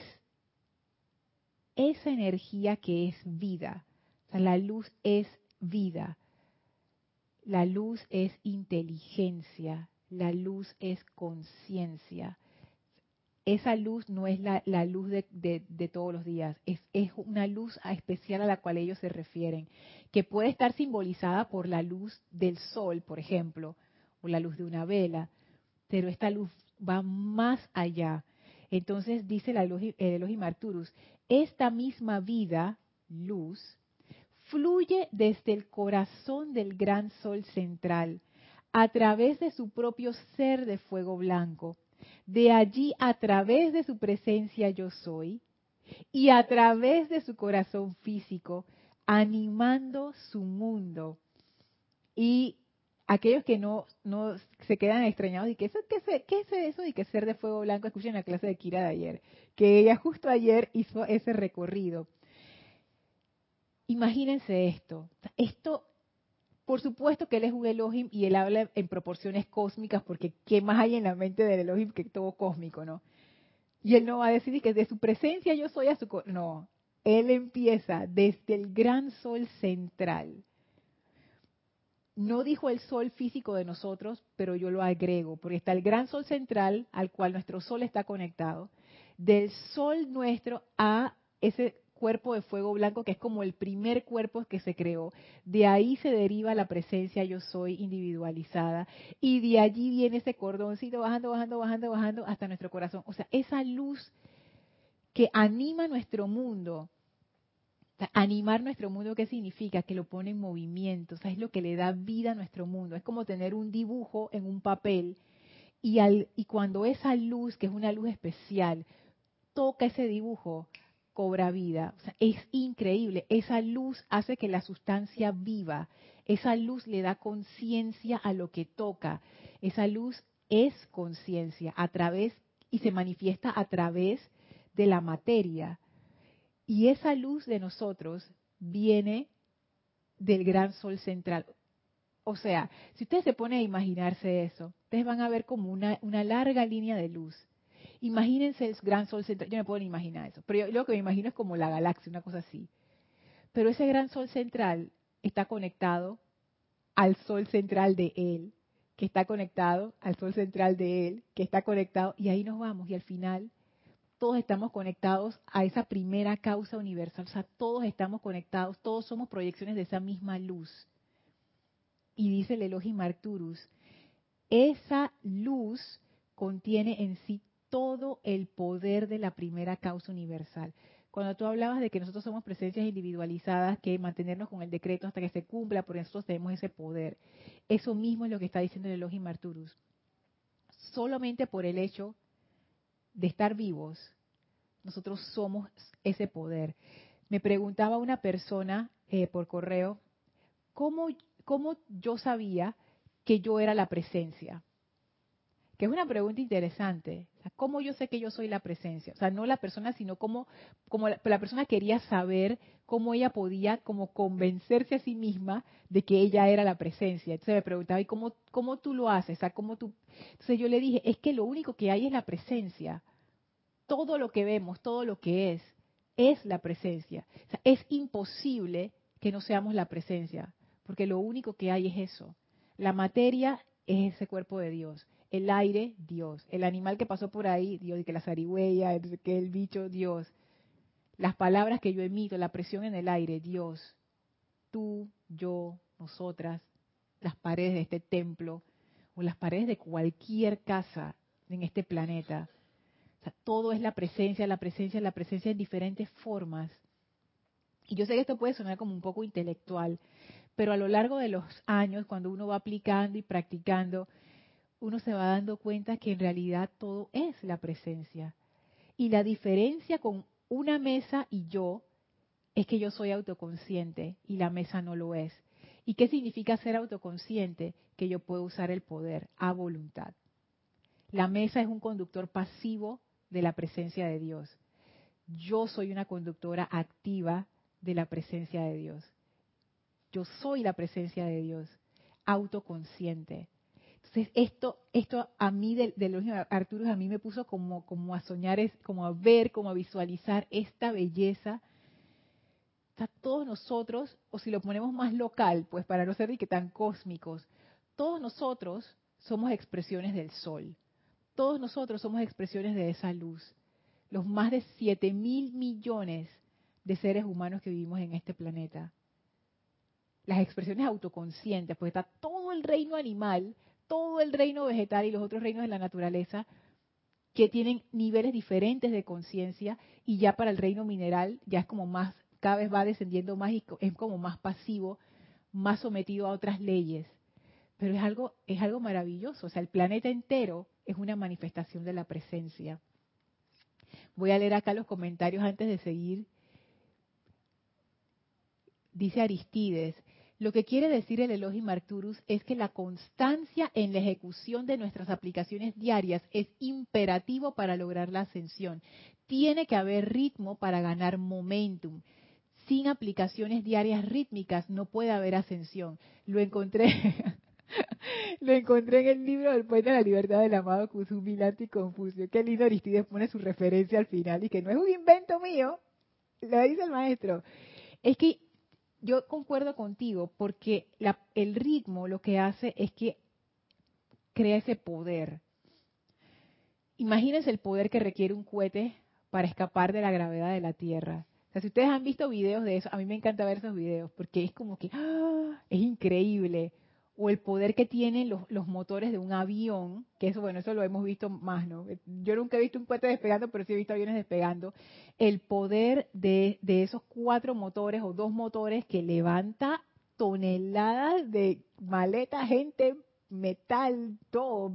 esa energía que es vida. O sea, la luz es vida. La luz es inteligencia. La luz es conciencia. Esa luz no es la, la luz de, de, de todos los días, es, es una luz especial a la cual ellos se refieren, que puede estar simbolizada por la luz del sol, por ejemplo, o la luz de una vela, pero esta luz va más allá. Entonces dice la Elohim, el Elohim Arcturus, esta misma vida, luz, fluye desde el corazón del gran sol central, a través de su propio ser de fuego blanco. De allí, a través de su presencia yo soy, y a través de su corazón físico, animando su mundo. Y aquellos que no, no se quedan extrañados y que eso, ¿qué, es, ¿qué es eso? Y que ser de fuego blanco, escuchen la clase de Kira de ayer, que ella justo ayer hizo ese recorrido. Imagínense esto, esto, por supuesto que él es un Elohim y él habla en proporciones cósmicas porque ¿qué más hay en la mente del Elohim que todo cósmico, no? Y él no va a decir que de su presencia yo soy a su... No, él empieza desde el gran sol central. No dijo el sol físico de nosotros, pero yo lo agrego, porque está el gran sol central al cual nuestro sol está conectado. del sol nuestro a ese cuerpo de fuego blanco que es como el primer cuerpo que se creó. De ahí se deriva la presencia yo soy individualizada y de allí viene ese cordoncito bajando, bajando, bajando, bajando hasta nuestro corazón. O sea, esa luz que anima nuestro mundo. O sea, animar nuestro mundo, ¿qué significa? Que lo pone en movimiento, o sea, es lo que le da vida a nuestro mundo. Es como tener un dibujo en un papel y, al, y cuando esa luz, que es una luz especial, toca ese dibujo, cobra vida. O sea, es increíble. Esa luz hace que la sustancia viva. Esa luz le da conciencia a lo que toca. Esa luz es conciencia a través y se manifiesta a través de la materia. Y esa luz de nosotros viene del gran sol central. O sea, si ustedes se ponen a imaginarse eso, ustedes van a ver como una, una larga línea de luz. Imagínense el gran sol central. Yo no puedo ni imaginar eso, pero yo lo que me imagino es como la galaxia, una cosa así. Pero ese gran sol central está conectado al sol central de él, que está conectado al sol central de él, que está conectado, y ahí nos vamos. Y al final todos estamos conectados a esa primera causa universal, o sea, todos estamos conectados, todos somos proyecciones de esa misma luz. Y dice el Elohim Arcturus, esa luz contiene en sí todo el poder de la primera causa universal. Cuando tú hablabas de que nosotros somos presencias individualizadas, que mantenernos con el decreto hasta que se cumpla, porque nosotros tenemos ese poder. Eso mismo es lo que está diciendo el Elohim Arcturus. Solamente por el hecho de estar vivos, nosotros somos ese poder. Me preguntaba una persona eh, por correo, ¿cómo, ¿cómo yo sabía que yo era la presencia? Que es una pregunta interesante. O sea, ¿cómo yo sé que yo soy la presencia? O sea, no la persona, sino cómo, como la, la persona quería saber cómo ella podía como convencerse a sí misma de que ella era la presencia. Entonces me preguntaba, ¿y cómo, cómo tú lo haces? O sea, ¿cómo tú? Entonces yo le dije, es que lo único que hay es la presencia. Todo lo que vemos, todo lo que es, es la presencia. O sea, es imposible que no seamos la presencia, porque lo único que hay es eso. La materia es ese cuerpo de Dios. El aire, Dios. El animal que pasó por ahí, Dios. Y que la zarigüeya, el, que el bicho, Dios. Las palabras que yo emito, la presión en el aire, Dios. Tú, yo, nosotras, las paredes de este templo, o las paredes de cualquier casa en este planeta. O sea, todo es la presencia, la presencia, la presencia en diferentes formas. Y yo sé que esto puede sonar como un poco intelectual, pero a lo largo de los años, cuando uno va aplicando y practicando, uno se va dando cuenta que en realidad todo es la presencia. Y la diferencia con una mesa y yo es que yo soy autoconsciente y la mesa no lo es. ¿Y qué significa ser autoconsciente? Que yo puedo usar el poder a voluntad. La mesa es un conductor pasivo de la presencia de Dios. Yo soy una conductora activa de la presencia de Dios. Yo soy la presencia de Dios, autoconsciente. Entonces esto, esto a mí del de los Arcturus a mí me puso como, como a soñar, como a ver, como a visualizar esta belleza. O sea, todos nosotros, o si lo ponemos más local, pues para no ser ni que tan cósmicos, todos nosotros somos expresiones del sol. Todos nosotros somos expresiones de esa luz. Los más de siete mil millones de seres humanos que vivimos en este planeta. Las expresiones autoconscientes, pues está todo el reino animal, todo el reino vegetal y los otros reinos de la naturaleza que tienen niveles diferentes de conciencia, y ya para el reino mineral ya es como más, cada vez va descendiendo más y es como más pasivo, más sometido a otras leyes. Pero es algo, es algo maravilloso. O sea, el planeta entero es una manifestación de la presencia. Voy a leer acá los comentarios antes de seguir. Dice Aristides, lo que quiere decir el Elohim Arcturus es que la constancia en la ejecución de nuestras aplicaciones diarias es imperativo para lograr la ascensión. Tiene que haber ritmo para ganar momentum. Sin aplicaciones diarias rítmicas no puede haber ascensión. Lo encontré, lo encontré en el libro del Puente de la Libertad del amado Kusumi y Confucio. Qué lindo Aristides pone su referencia al final y que no es un invento mío, lo dice el maestro. Es que yo concuerdo contigo porque la, el ritmo lo que hace es que crea ese poder. Imagínense el poder que requiere un cohete para escapar de la gravedad de la Tierra. O sea, si ustedes han visto videos de eso, a mí me encanta ver esos videos, porque es como que, ¡ah! Es increíble. O el poder que tienen los, los motores de un avión, que eso, bueno, eso lo hemos visto más, ¿no? Yo nunca he visto un cohete despegando, pero sí he visto aviones despegando. El poder de, de esos cuatro motores o dos motores que levanta toneladas de maleta, gente, metal, todo.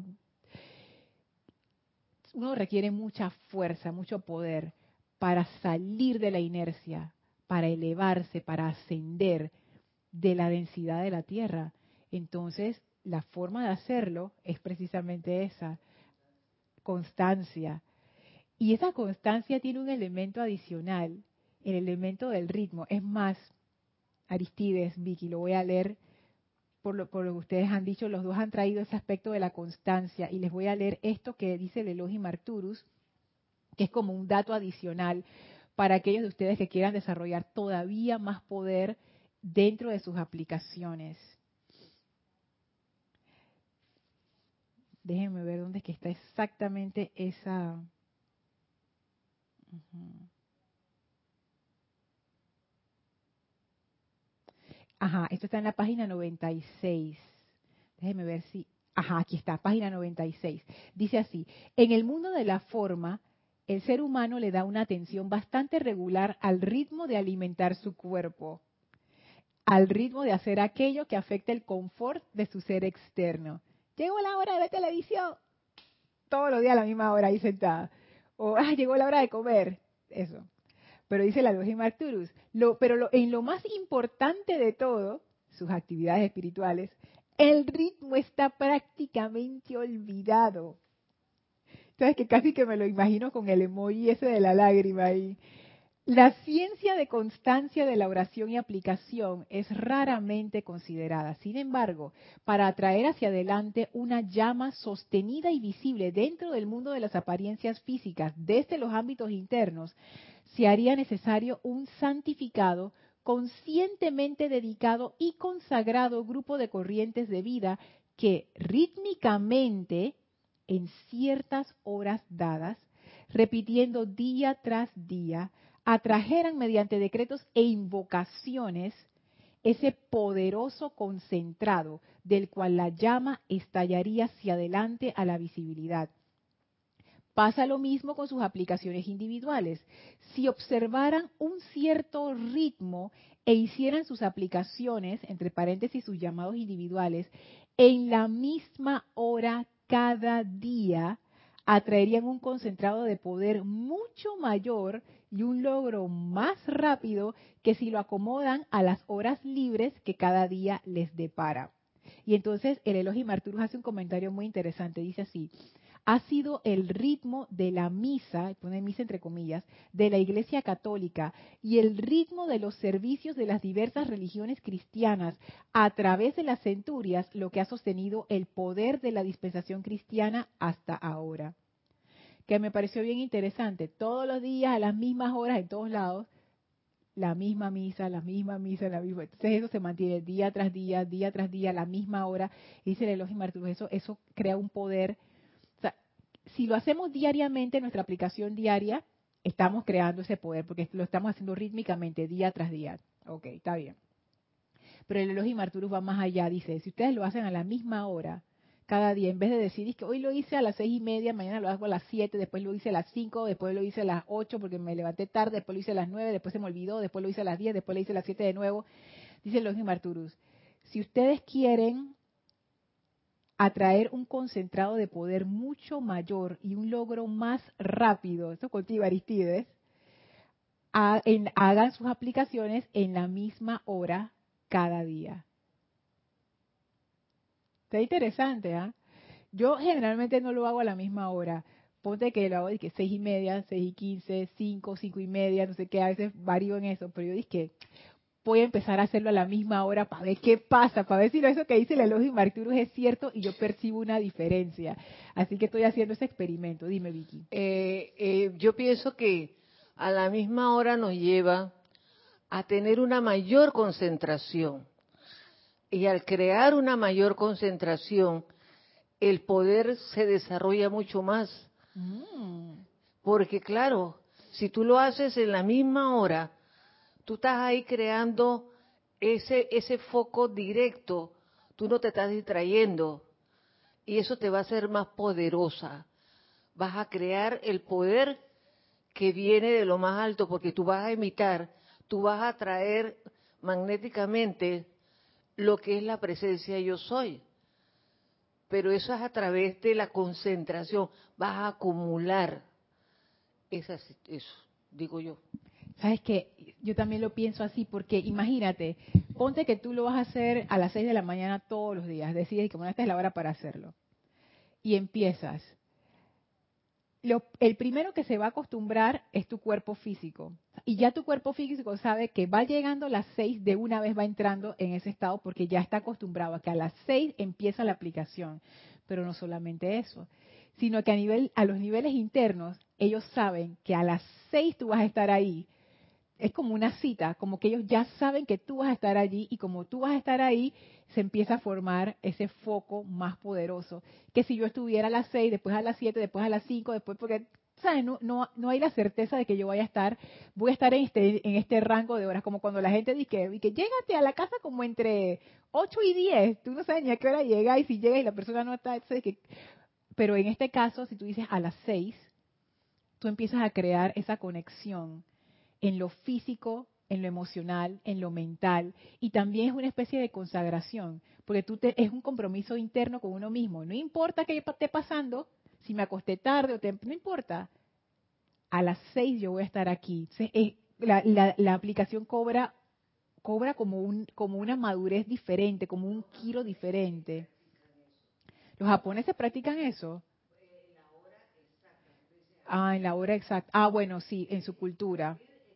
Uno requiere mucha fuerza, mucho poder para salir de la inercia, para elevarse, para ascender de la densidad de la Tierra. Entonces, la forma de hacerlo es precisamente esa, constancia. Y esa constancia tiene un elemento adicional, el elemento del ritmo. Es más, Aristides, Vicky, lo voy a leer por lo, por lo que ustedes han dicho, los dos han traído ese aspecto de la constancia, y les voy a leer esto que dice el Elohim Arcturus, que es como un dato adicional para aquellos de ustedes que quieran desarrollar todavía más poder dentro de sus aplicaciones. Déjenme ver dónde es que está exactamente esa. Uh-huh. Ajá, esto está en la página noventa y seis. Déjenme ver si... Ajá, aquí está, página noventa y seis. Dice así: en el mundo de la forma, el ser humano le da una atención bastante regular al ritmo de alimentar su cuerpo, al ritmo de hacer aquello que afecta el confort de su ser externo. Llegó la hora de ver televisión, todos los días a la misma hora ahí sentada. O, ah, llegó la hora de comer, eso. Pero dice la Elohim Arcturus, lo, pero lo, en lo más importante de todo, sus actividades espirituales, el ritmo está prácticamente olvidado. Entonces, que casi que me lo imagino con el emoji ese de la lágrima ahí. La ciencia de constancia de la oración y aplicación es raramente considerada. Sin embargo, para atraer hacia adelante una llama sostenida y visible dentro del mundo de las apariencias físicas desde los ámbitos internos, se haría necesario un santificado, conscientemente dedicado y consagrado grupo de corrientes de vida que rítmicamente, en ciertas horas dadas, repitiendo día tras día, atrajeran mediante decretos e invocaciones ese poderoso concentrado del cual la llama estallaría hacia adelante a la visibilidad. Pasa lo mismo con sus aplicaciones individuales. Si observaran un cierto ritmo e hicieran sus aplicaciones, entre paréntesis sus llamados individuales, en la misma hora cada día, atraerían un concentrado de poder mucho mayor y un logro más rápido que si lo acomodan a las horas libres que cada día les depara. Y entonces el Elohim Arcturus hace un comentario muy interesante, dice así: ha sido el ritmo de la misa, pone misa entre comillas, de la Iglesia Católica y el ritmo de los servicios de las diversas religiones cristianas a través de las centurias lo que ha sostenido el poder de la dispensación cristiana hasta ahora. Que me pareció bien interesante. Todos los días, a las mismas horas, en todos lados, la misma misa, la misma misa, la misma. Entonces eso se mantiene día tras día, día tras día, la misma hora. Y dice el Elohim Arcturus, eso, eso crea un poder. O sea, si lo hacemos diariamente, nuestra aplicación diaria, estamos creando ese poder, porque lo estamos haciendo rítmicamente, día tras día. Ok, está bien. Pero el Elohim Arcturus va más allá, dice, si ustedes lo hacen a la misma hora, cada día, en vez de decir que hoy lo hice a las seis y media, mañana lo hago a las siete, después lo hice a las cinco, después lo hice a las ocho porque me levanté tarde, después lo hice a las nueve, después se me olvidó, después lo hice a las diez, después lo hice a las siete de nuevo. Dice el Elohim Arcturus, si ustedes quieren atraer un concentrado de poder mucho mayor y un logro más rápido, esto contigo Aristides, ha, en, hagan sus aplicaciones en la misma hora cada día. Está interesante, ¿ah? ¿eh? Yo generalmente no lo hago a la misma hora. Ponte que lo hago de que seis y media, seis y quince, cinco, cinco y media, no sé qué, a veces varío en eso, pero yo dije que voy a empezar a hacerlo a la misma hora para ver qué pasa, para ver si eso que dice el Elohim Arcturus es cierto y yo percibo una diferencia. Así que estoy haciendo ese experimento. Dime, Vicky. Eh, eh, yo pienso que a la misma hora nos lleva a tener una mayor concentración. Y al crear una mayor concentración, el poder se desarrolla mucho más. Mm. Porque claro, Si tú lo haces en la misma hora, tú estás ahí creando ese, ese foco directo, tú no te estás distrayendo y eso te va a hacer más poderosa. Vas a crear el poder que viene de lo más alto porque tú vas a imitar, tú vas a traer magnéticamente lo que es la presencia yo soy. Pero eso es a través de la concentración, vas a acumular esa, eso, digo yo. Sabes que yo también lo pienso así, porque imagínate, ponte que tú lo vas a hacer a las seis de la mañana todos los días, decides que bueno, esta es la hora para hacerlo. Y empiezas. Lo, el primero que se va a acostumbrar es tu cuerpo físico. Y ya tu cuerpo físico sabe que va llegando a las seis, de una vez va entrando en ese estado porque ya está acostumbrado a que a las seis empieza la aplicación. Pero no solamente eso, sino que a, nivel, a los niveles internos, ellos saben que a las seis tú vas a estar ahí. Es como una cita, como que ellos ya saben que tú vas a estar allí y como tú vas a estar ahí, se empieza a formar ese foco más poderoso. Que si yo estuviera a las seis, después a las siete, después a las cinco, después porque, ¿sabes? No, no, no hay la certeza de que yo vaya a estar, voy a estar en este, en este rango de horas, como cuando la gente dice que, que llégate a la casa como entre ocho y diez, tú no sabes ni a qué hora llega y si llega y la persona no está, entonces que, pero en este caso, si tú dices a las seis, tú empiezas a crear esa conexión en lo físico, en lo emocional, en lo mental, y también es una especie de consagración, porque tú te, es un compromiso interno con uno mismo. No importa qué esté pasando, si me acosté tarde o te, no importa. A las seis yo voy a estar aquí. Entonces, es, la, la, la aplicación cobra cobra como un como una madurez diferente, como un giro diferente. Los japoneses practican eso. Ah, en la hora exacta. Ah, bueno, sí, en su cultura.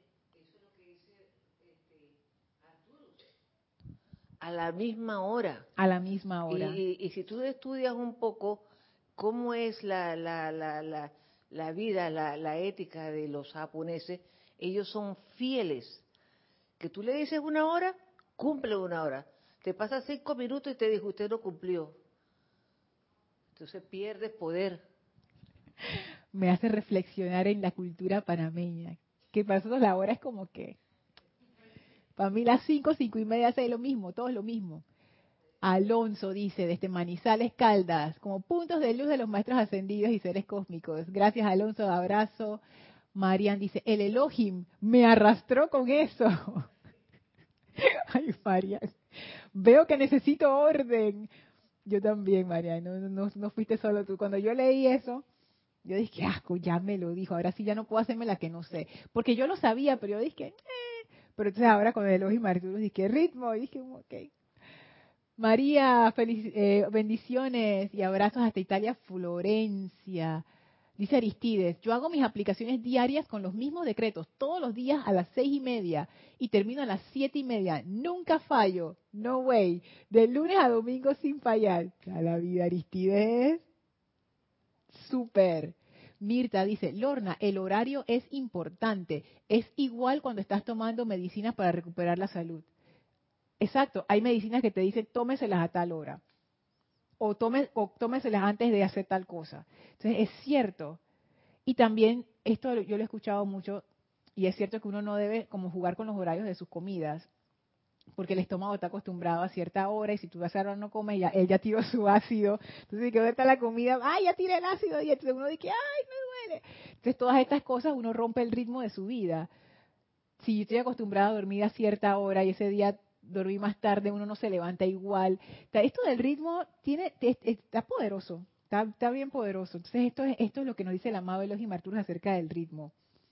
A la misma hora. A la misma Y, hora. y, y si tú estudias un poco cómo es la, la, la, la, la vida, la, la ética de los japoneses, ellos son fieles. Que tú le dices una hora, cumple una hora. Te pasa cinco minutos y te dijo, usted no cumplió. Entonces pierdes poder. Me hace reflexionar en la cultura panameña. Que para nosotros la hora es como que, para mí las cinco, cinco y media es lo mismo, todo es lo mismo. Alonso dice, desde Manizales Caldas, como puntos de luz de los maestros ascendidos y seres cósmicos. Gracias, Alonso, abrazo. Marian dice, el Elohim me arrastró con eso. Ay, Marian, veo que necesito orden. Yo también, Marian, no, no, no fuiste solo tú. Cuando yo leí eso, yo dije, qué asco, ya me lo dijo, ahora sí ya no puedo hacerme la que no sé. Porque yo lo sabía, pero yo dije, eh. Pero entonces ahora con el Elohim Arturo dije, ritmo, y dije, ok. María, feliz, eh, bendiciones y abrazos hasta Italia, Florencia. Dice Aristides, yo hago mis aplicaciones diarias con los mismos decretos, todos los días a las seis y media y termino a las siete y media. Nunca fallo, no way. De lunes a domingo sin fallar. A la vida, Aristides. Súper. Mirta dice, Lorna, el horario es importante. Es igual cuando estás tomando medicinas para recuperar la salud. Exacto, hay medicinas que te dicen tómeselas a tal hora o, tome, o tómeselas antes de hacer tal cosa. Entonces es cierto. Y también esto yo lo he escuchado mucho y es cierto que uno no debe como jugar con los horarios de sus comidas porque el estómago está acostumbrado a cierta hora y si tú vas a hora no comes, ya, él ya tiró su ácido. Entonces, ¿dónde está la comida? ¡Ay, ya tiré el ácido! Y entonces uno dice, ¡ay, me duele! Entonces todas estas cosas uno rompe el ritmo de su vida. Si yo estoy acostumbrada a dormir a cierta hora y ese día dormí más tarde, uno no se levanta igual. Esto del ritmo tiene está poderoso, está, está bien poderoso. Entonces esto es, esto es lo que nos dice el amado Elohim Arturo acerca del ritmo.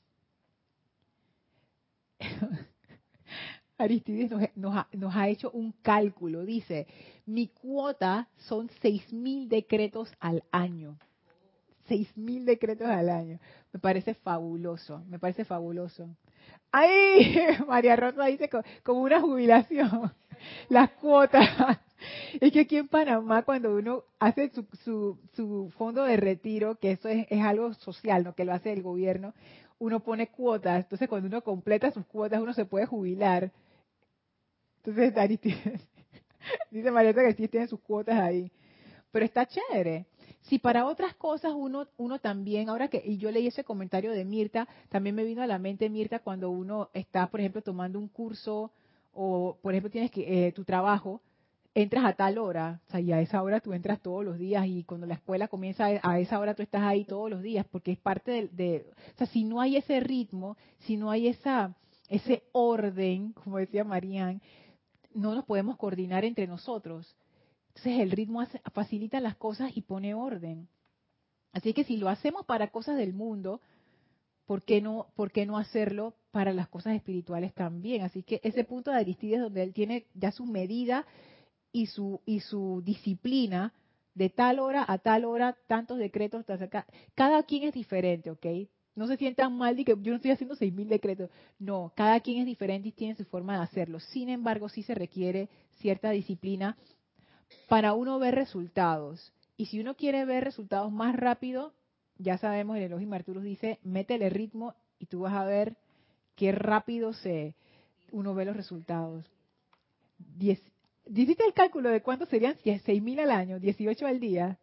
Aristides nos, nos, ha, nos ha hecho un cálculo, dice, mi cuota son seis mil decretos al año. Seis mil decretos al año. Me parece fabuloso, me parece fabuloso. ¡Ay! María Rosa dice como una jubilación. Las cuotas. Es que aquí en Panamá cuando uno hace su, su, su fondo de retiro, que eso es, es algo social, ¿no? Que lo hace el gobierno, uno pone cuotas. Entonces cuando uno completa sus cuotas uno se puede jubilar. Entonces Aristides, dice María Rosa que sí tiene sus cuotas ahí. Pero está chévere. Si para otras cosas uno, uno también, ahora que, y yo leí ese comentario de Mirta, también me vino a la mente, Mirta, cuando uno está, por ejemplo, tomando un curso o, por ejemplo, tienes que eh, tu trabajo, entras a tal hora, o sea, y a esa hora tú entras todos los días y cuando la escuela comienza a esa hora tú estás ahí todos los días porque es parte de, de o sea, si no hay ese ritmo, si no hay esa ese orden, como decía Marían, no nos podemos coordinar entre nosotros. Entonces el ritmo hace, facilita las cosas y pone orden. Así que si lo hacemos para cosas del mundo, ¿por qué no, por qué no hacerlo para las cosas espirituales también? Así que ese punto de Aristides donde él tiene ya su medida y su, y su disciplina de tal hora a tal hora, tantos decretos, cada, cada quien es diferente, ¿ok? No se sientan mal de que yo no estoy haciendo seis mil decretos. No, cada quien es diferente y tiene su forma de hacerlo. Sin embargo, sí se requiere cierta disciplina para uno ver resultados. Y si uno quiere ver resultados más rápido, ya sabemos, el Elohim Arturus dice, métele ritmo y tú vas a ver qué rápido se uno ve los resultados. Diez, ¿hiciste el cálculo de cuántos serían seis mil al año? ¿dieciocho al día?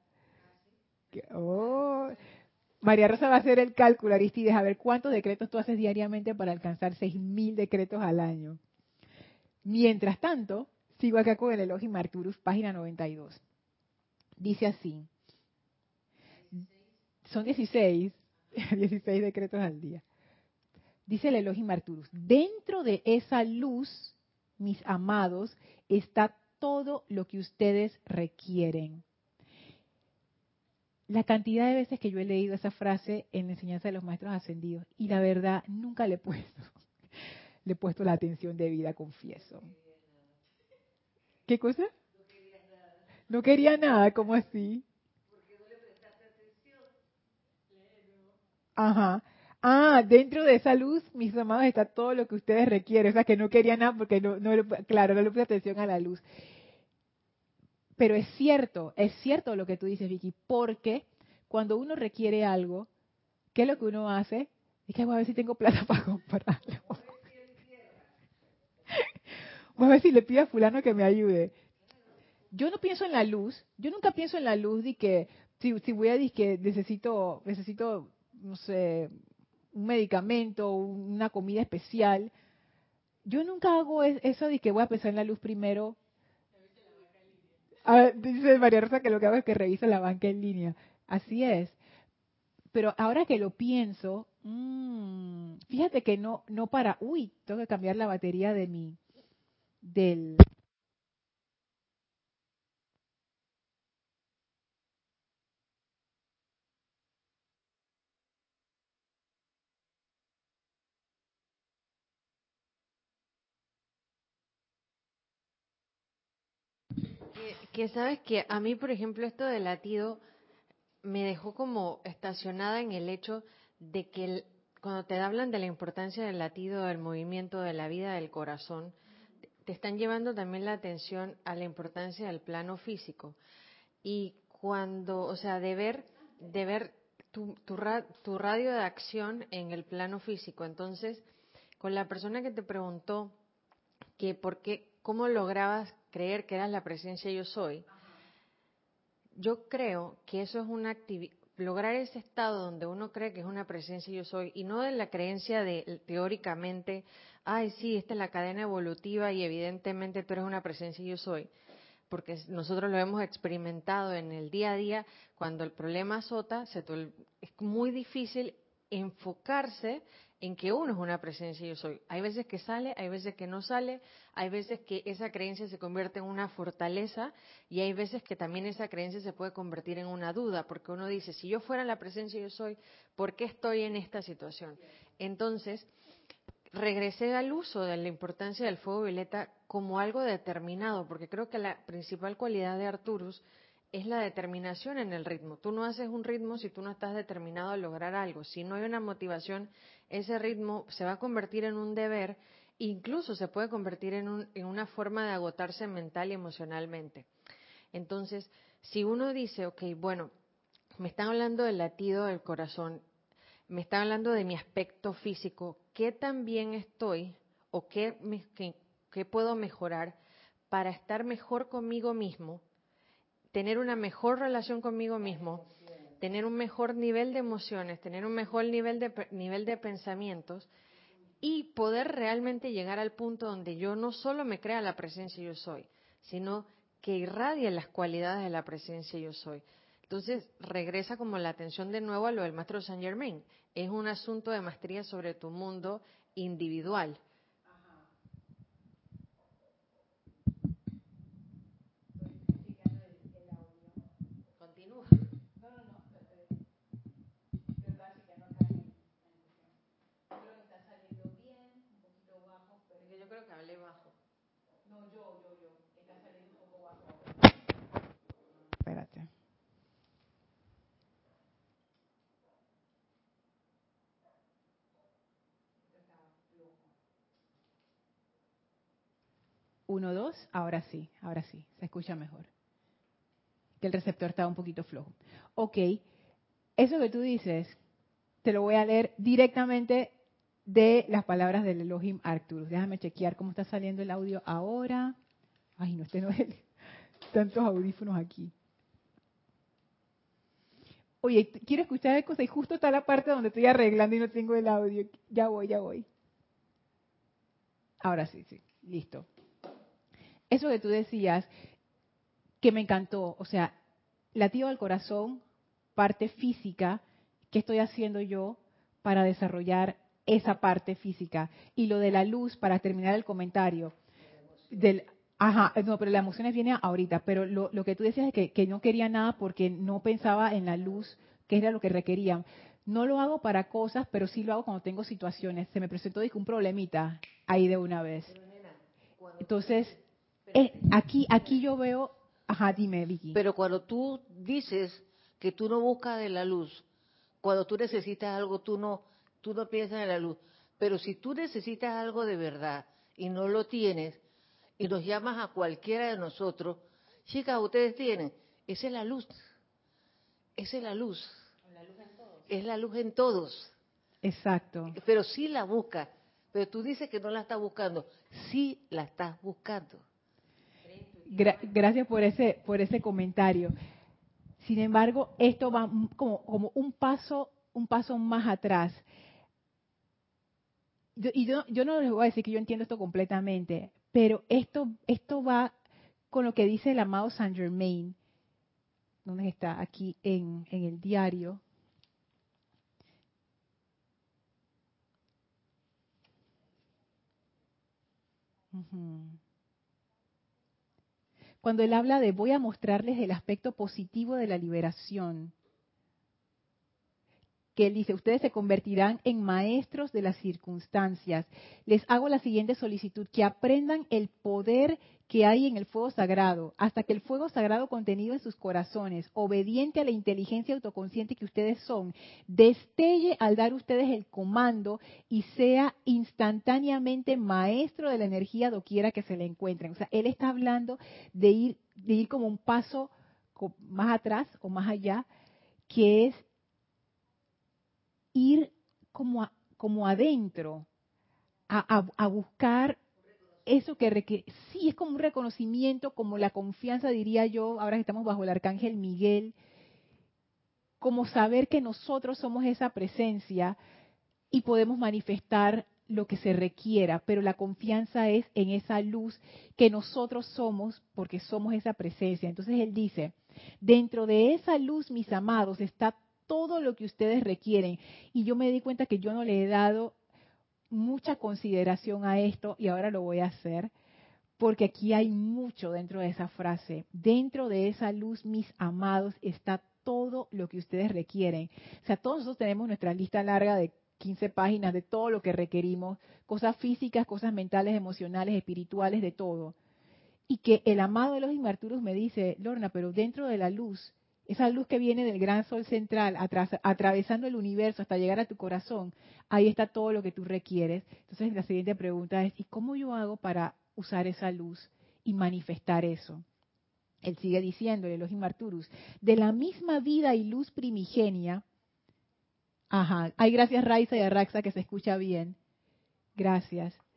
Oh, María Rosa va a hacer el cálculo, Aristides, a ver cuántos decretos tú haces diariamente para alcanzar seis mil decretos al año. Mientras tanto, sigo acá con el Elohim Arturus, página noventa y dos. Dice así, son dieciséis, dieciséis decretos al día. Dice el Elohim Arturus, dentro de esa luz, mis amados, está todo lo que ustedes requieren. La cantidad de veces que yo he leído esa frase en la enseñanza de los maestros ascendidos, y la verdad, nunca le he puesto, le he puesto la atención debida, confieso. ¿Qué cosa? No quería nada, ¿cómo así? Ajá. Ah, dentro de esa luz, mis amados, está todo lo que ustedes requieren. O sea, que no quería nada porque, no, no, claro, no le puse atención a la luz. Pero es cierto, es cierto lo que tú dices, Vicky, porque cuando uno requiere algo, ¿qué es lo que uno hace? Es que voy a ver si tengo plata para comprarlo. Voy a ver si le pido a fulano que me ayude. Yo no pienso en la luz, yo nunca pienso en la luz de que si, si voy a decir que necesito, necesito, no sé, un medicamento, una comida especial. Yo nunca hago eso de que voy a pensar en la luz primero. Ah, dice María Rosa que lo que hago es que revisa la banca en línea. Así es. Pero ahora que lo pienso, mmm, fíjate que no, no para, uy, tengo que cambiar la batería de mi, del, Que, que sabes que a mí, por ejemplo, esto del latido me dejó como estacionada en el hecho de que el- cuando te hablan de la importancia del latido, del movimiento, de la vida del corazón, te están llevando también la atención a la importancia del plano físico. Y cuando, o sea, de ver, de ver tu, tu, ra- tu radio de acción en el plano físico. Entonces, con la persona que te preguntó que por qué, cómo lograbas creer que eras la presencia yo soy, yo creo que eso es una actividad, lograr ese estado donde uno cree que es una presencia yo soy, y no de la creencia de teóricamente, ay, sí, esta es la cadena evolutiva y evidentemente tú eres una presencia yo soy, porque nosotros lo hemos experimentado en el día a día, cuando el problema azota, se te, es muy difícil enfocarse en que uno es una presencia yo soy. Hay veces que sale, hay veces que no sale, hay veces que esa creencia se convierte en una fortaleza y hay veces que también esa creencia se puede convertir en una duda, porque uno dice, si yo fuera la presencia yo soy, ¿por qué estoy en esta situación? Entonces, regresé al uso de la importancia del fuego violeta como algo determinado, porque creo que la principal cualidad de Arturus es la determinación en el ritmo. Tú no haces un ritmo si tú no estás determinado a lograr algo. Si no hay una motivación, ese ritmo se va a convertir en un deber, incluso se puede convertir en, un, en una forma de agotarse mental y emocionalmente. Entonces, si uno dice, ok, bueno, me están hablando del latido del corazón, me están hablando de mi aspecto físico, ¿qué tan bien estoy o qué, me, qué, qué puedo mejorar para estar mejor conmigo mismo? tener una mejor relación conmigo mismo, tener un mejor nivel de emociones, tener un mejor nivel de, nivel de pensamientos y poder realmente llegar al punto donde yo no solo me crea la presencia yo soy, sino que irradie las cualidades de la presencia yo soy. Entonces regresa como la atención de nuevo a lo del maestro Saint Germain. Es un asunto de maestría sobre tu mundo individual. Continúa. No, no, no. ¿Verdad? Si ya no cae en discusión. Creo que está saliendo bien, un poquito bajo, pero Porque yo creo que hablé bajo. no, yo, yo, yo. Está saliendo un poco bajo. Espérate. Uno, dos, ahora sí, ahora sí, se escucha mejor. Que el receptor estaba un poquito flojo. Ok, eso que tú dices, te lo voy a leer directamente de las palabras del Elohim Arcturus. Déjame chequear cómo está saliendo el audio ahora. Ay, no, este no es el... Tantos audífonos aquí. Oye, quiero escuchar el cosa y justo está la parte donde estoy arreglando y no tengo el audio. Ya voy, ya voy. Ahora sí, sí, listo. Eso que tú decías, que me encantó, o sea, latido al corazón, parte física, ¿qué estoy haciendo yo para desarrollar esa parte física? Y lo de la luz, para terminar el comentario, del, ajá, no, pero la emoción viene ahorita, pero lo, lo que tú decías es que, que no quería nada porque no pensaba en la luz, que era lo que requerían. No lo hago para cosas, pero sí lo hago cuando tengo situaciones. Se me presentó dije, un problemita ahí de una vez. Entonces, eh, aquí, aquí yo veo, ajá, dime, Vicky. Pero cuando tú dices que tú no buscas de la luz, cuando tú necesitas algo, tú no, tú no piensas en la luz. Pero si tú necesitas algo de verdad y no lo tienes, y nos llamas a cualquiera de nosotros, chicas, ustedes tienen, esa es la luz, esa es la luz. La luz en todos. Es la luz en todos. Exacto. Pero sí la buscas. Pero tú dices que no la estás buscando. Sí la estás buscando. Gra- gracias por ese, por ese comentario. Sin embargo, esto va como, como un paso, un paso más atrás. Yo, y yo, yo no les voy a decir que yo entiendo esto completamente, pero esto, esto va con lo que dice el amado Saint Germain. ¿Dónde está? Aquí en, en el diario. Ujú. Cuando él habla de voy a mostrarles el aspecto positivo de la liberación, que él dice, ustedes se convertirán en maestros de las circunstancias. Les hago la siguiente solicitud, que aprendan el poder que hay en el fuego sagrado, hasta que el fuego sagrado contenido en sus corazones, obediente a la inteligencia autoconsciente que ustedes son, destelle al dar ustedes el comando y sea instantáneamente maestro de la energía doquiera que se le encuentren. O sea, él está hablando de ir, de ir como un paso más atrás o más allá, que es ir como, a, como adentro, a, a, a buscar eso que requiere. Sí, es como un reconocimiento, como la confianza, diría yo, ahora que estamos bajo el arcángel Miguel, como saber que nosotros somos esa presencia y podemos manifestar lo que se requiera, pero la confianza es en esa luz que nosotros somos, porque somos esa presencia. Entonces él dice, dentro de esa luz, mis amados, está todo lo que ustedes requieren. Y yo me di cuenta que yo no le he dado mucha consideración a esto y ahora lo voy a hacer, porque aquí hay mucho dentro de esa frase. Dentro de esa luz, mis amados, está todo lo que ustedes requieren. O sea, todos nosotros tenemos nuestra lista larga de quince páginas de todo lo que requerimos, cosas físicas, cosas mentales, emocionales, espirituales, de todo. Y que el amado de los Arturus me dice, Lorna, pero dentro de la luz, esa luz que viene del gran sol central, atra- atravesando el universo hasta llegar a tu corazón, ahí está todo lo que tú requieres. Entonces la siguiente pregunta es, ¿y cómo yo hago para usar esa luz y manifestar eso? Él sigue diciendo, el Elohim Arturus, de la misma vida y luz primigenia. Ajá, hay gracias Raiza y a Raxa que se escucha bien. Gracias.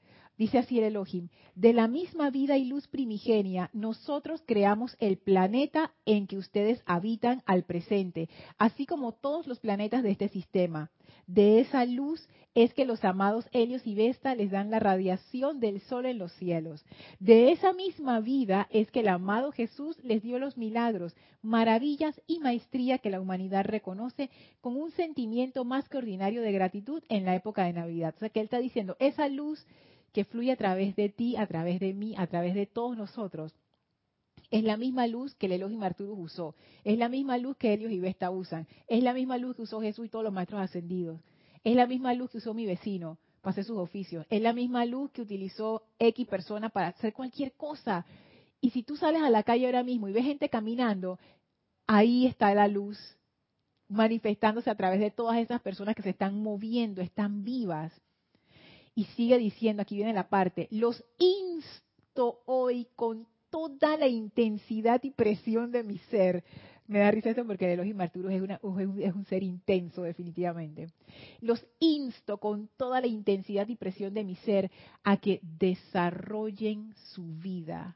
Dice así el Elohim: de la misma vida y luz primigenia, nosotros creamos el planeta en que ustedes habitan al presente, así como todos los planetas de este sistema. De esa luz es que los amados Helios y Vesta les dan la radiación del sol en los cielos. De esa misma vida es que el amado Jesús les dio los milagros, maravillas y maestría que la humanidad reconoce con un sentimiento más que ordinario de gratitud en la época de Navidad. O sea que él está diciendo, esa luz que fluye a través de ti, a través de mí, a través de todos nosotros, es la misma luz que el Elohim Arturus usó, es la misma luz que Helios y Vesta usan, es la misma luz que usó Jesús y todos los maestros ascendidos, es la misma luz que usó mi vecino para hacer sus oficios, es la misma luz que utilizó X persona para hacer cualquier cosa. Y si tú sales a la calle ahora mismo y ves gente caminando, ahí está la luz manifestándose a través de todas esas personas que se están moviendo, están vivas. Y sigue diciendo, aquí viene la parte, los insto hoy con toda la intensidad y presión de mi ser. Me da risa esto porque el Elohim Arturus es, una, es un ser intenso definitivamente. Los insto con toda la intensidad y presión de mi ser a que desarrollen su vida.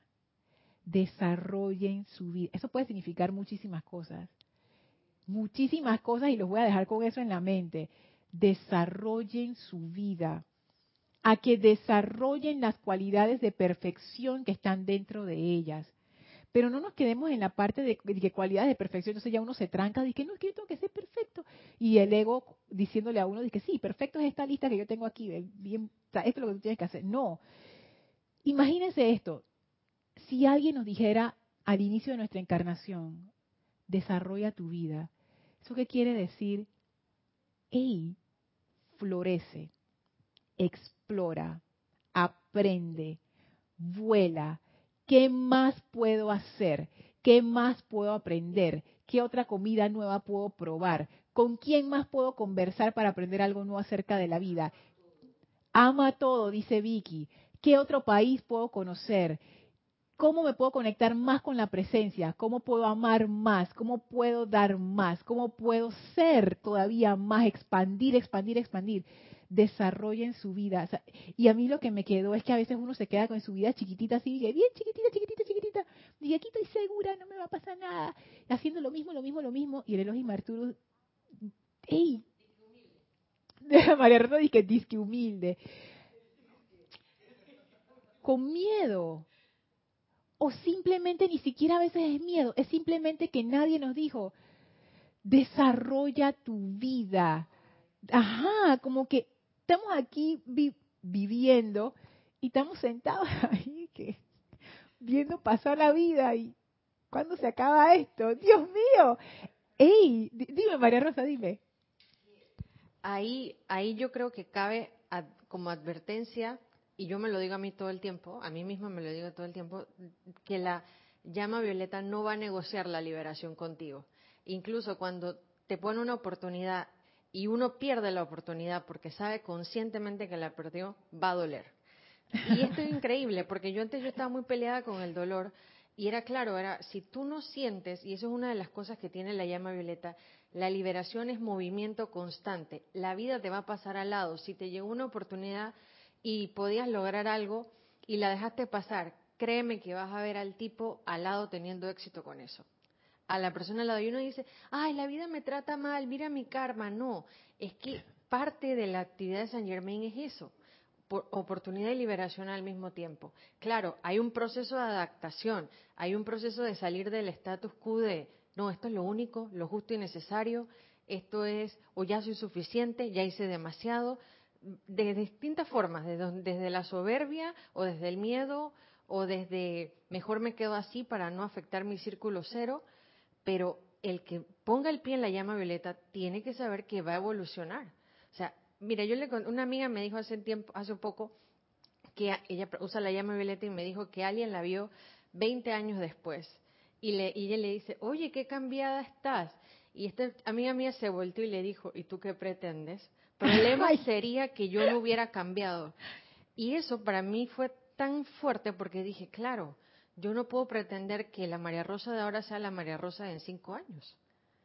Desarrollen su vida. Eso puede significar muchísimas cosas. Muchísimas cosas y los voy a dejar con eso en la mente. Desarrollen su vida. A que desarrollen las cualidades de perfección que están dentro de ellas. Pero no nos quedemos en la parte de, de que cualidades de perfección, entonces ya uno se tranca, dice que no, es que yo tengo que ser perfecto. Y el ego diciéndole a uno, dice que sí, perfecto es esta lista que yo tengo aquí, bien, esto es lo que tú tienes que hacer. No, imagínense esto, si alguien nos dijera al inicio de nuestra encarnación, desarrolla tu vida, ¿eso qué quiere decir? Ey, florece, explora, aprende, vuela. ¿Qué más puedo hacer? ¿Qué más puedo aprender? ¿Qué otra comida nueva puedo probar? ¿Con quién más puedo conversar para aprender algo nuevo acerca de la vida? Ama todo, dice Vicky. ¿Qué otro país puedo conocer? ¿Cómo me puedo conectar más con la presencia? ¿Cómo puedo amar más? ¿Cómo puedo dar más? ¿Cómo puedo ser todavía más? Expandir, expandir, expandir. Desarrollen su vida. O sea, y a mí lo que me quedó es que a veces uno se queda con su vida chiquitita, así, bien chiquitita, chiquitita, chiquitita. Y aquí estoy segura, no me va a pasar nada. Haciendo lo mismo, lo mismo, lo mismo. Y el Elohim Arturus, ¡ey! María Rosa dice que disque humilde. Con miedo. O simplemente ni siquiera a veces es miedo, es simplemente que nadie nos dijo, desarrolla tu vida. Ajá, como que estamos aquí vi viviendo y estamos sentados ahí que viendo pasar la vida y ¿cuándo se acaba esto? Dios mío. Ey, dime María Rosa, dime. Ahí, ahí yo creo que cabe ad, como advertencia, y yo me lo digo a mí todo el tiempo, a mí misma me lo digo todo el tiempo, que la llama violeta no va a negociar la liberación contigo. Incluso cuando te pone una oportunidad y uno pierde la oportunidad porque sabe conscientemente que la perdió, va a doler. Y esto es increíble, porque yo antes yo estaba muy peleada con el dolor, y era claro, era si tú no sientes, y eso es una de las cosas que tiene la llama violeta, la liberación es movimiento constante. La vida te va a pasar al lado. Si te llegó una oportunidad y podías lograr algo y la dejaste pasar, créeme que vas a ver al tipo al lado teniendo éxito con eso. A la persona al lado, y uno dice, ay, la vida me trata mal, mira mi karma. No, es que parte de la actividad de Saint Germain es eso. Por oportunidad y liberación al mismo tiempo. Claro, hay un proceso de adaptación, hay un proceso de salir del status quo de, no, esto es lo único, lo justo y necesario, esto es, o ya soy suficiente, ya hice demasiado, de distintas formas, desde, desde la soberbia o desde el miedo o desde, mejor me quedo así para no afectar mi círculo cero, pero el que ponga el pie en la llama violeta tiene que saber que va a evolucionar. O sea, mira, yo le una amiga me dijo hace tiempo, hace poco, que ella usa la llama violeta y me dijo que alguien la vio veinte años después. Y, le, y ella le dice, oye, qué cambiada estás. Y esta amiga mía se volteó y le dijo, ¿y tú qué pretendes? Problema sería que yo no hubiera cambiado. Y eso para mí fue tan fuerte porque dije, claro, yo no puedo pretender que la María Rosa de ahora sea la María Rosa de en cinco años.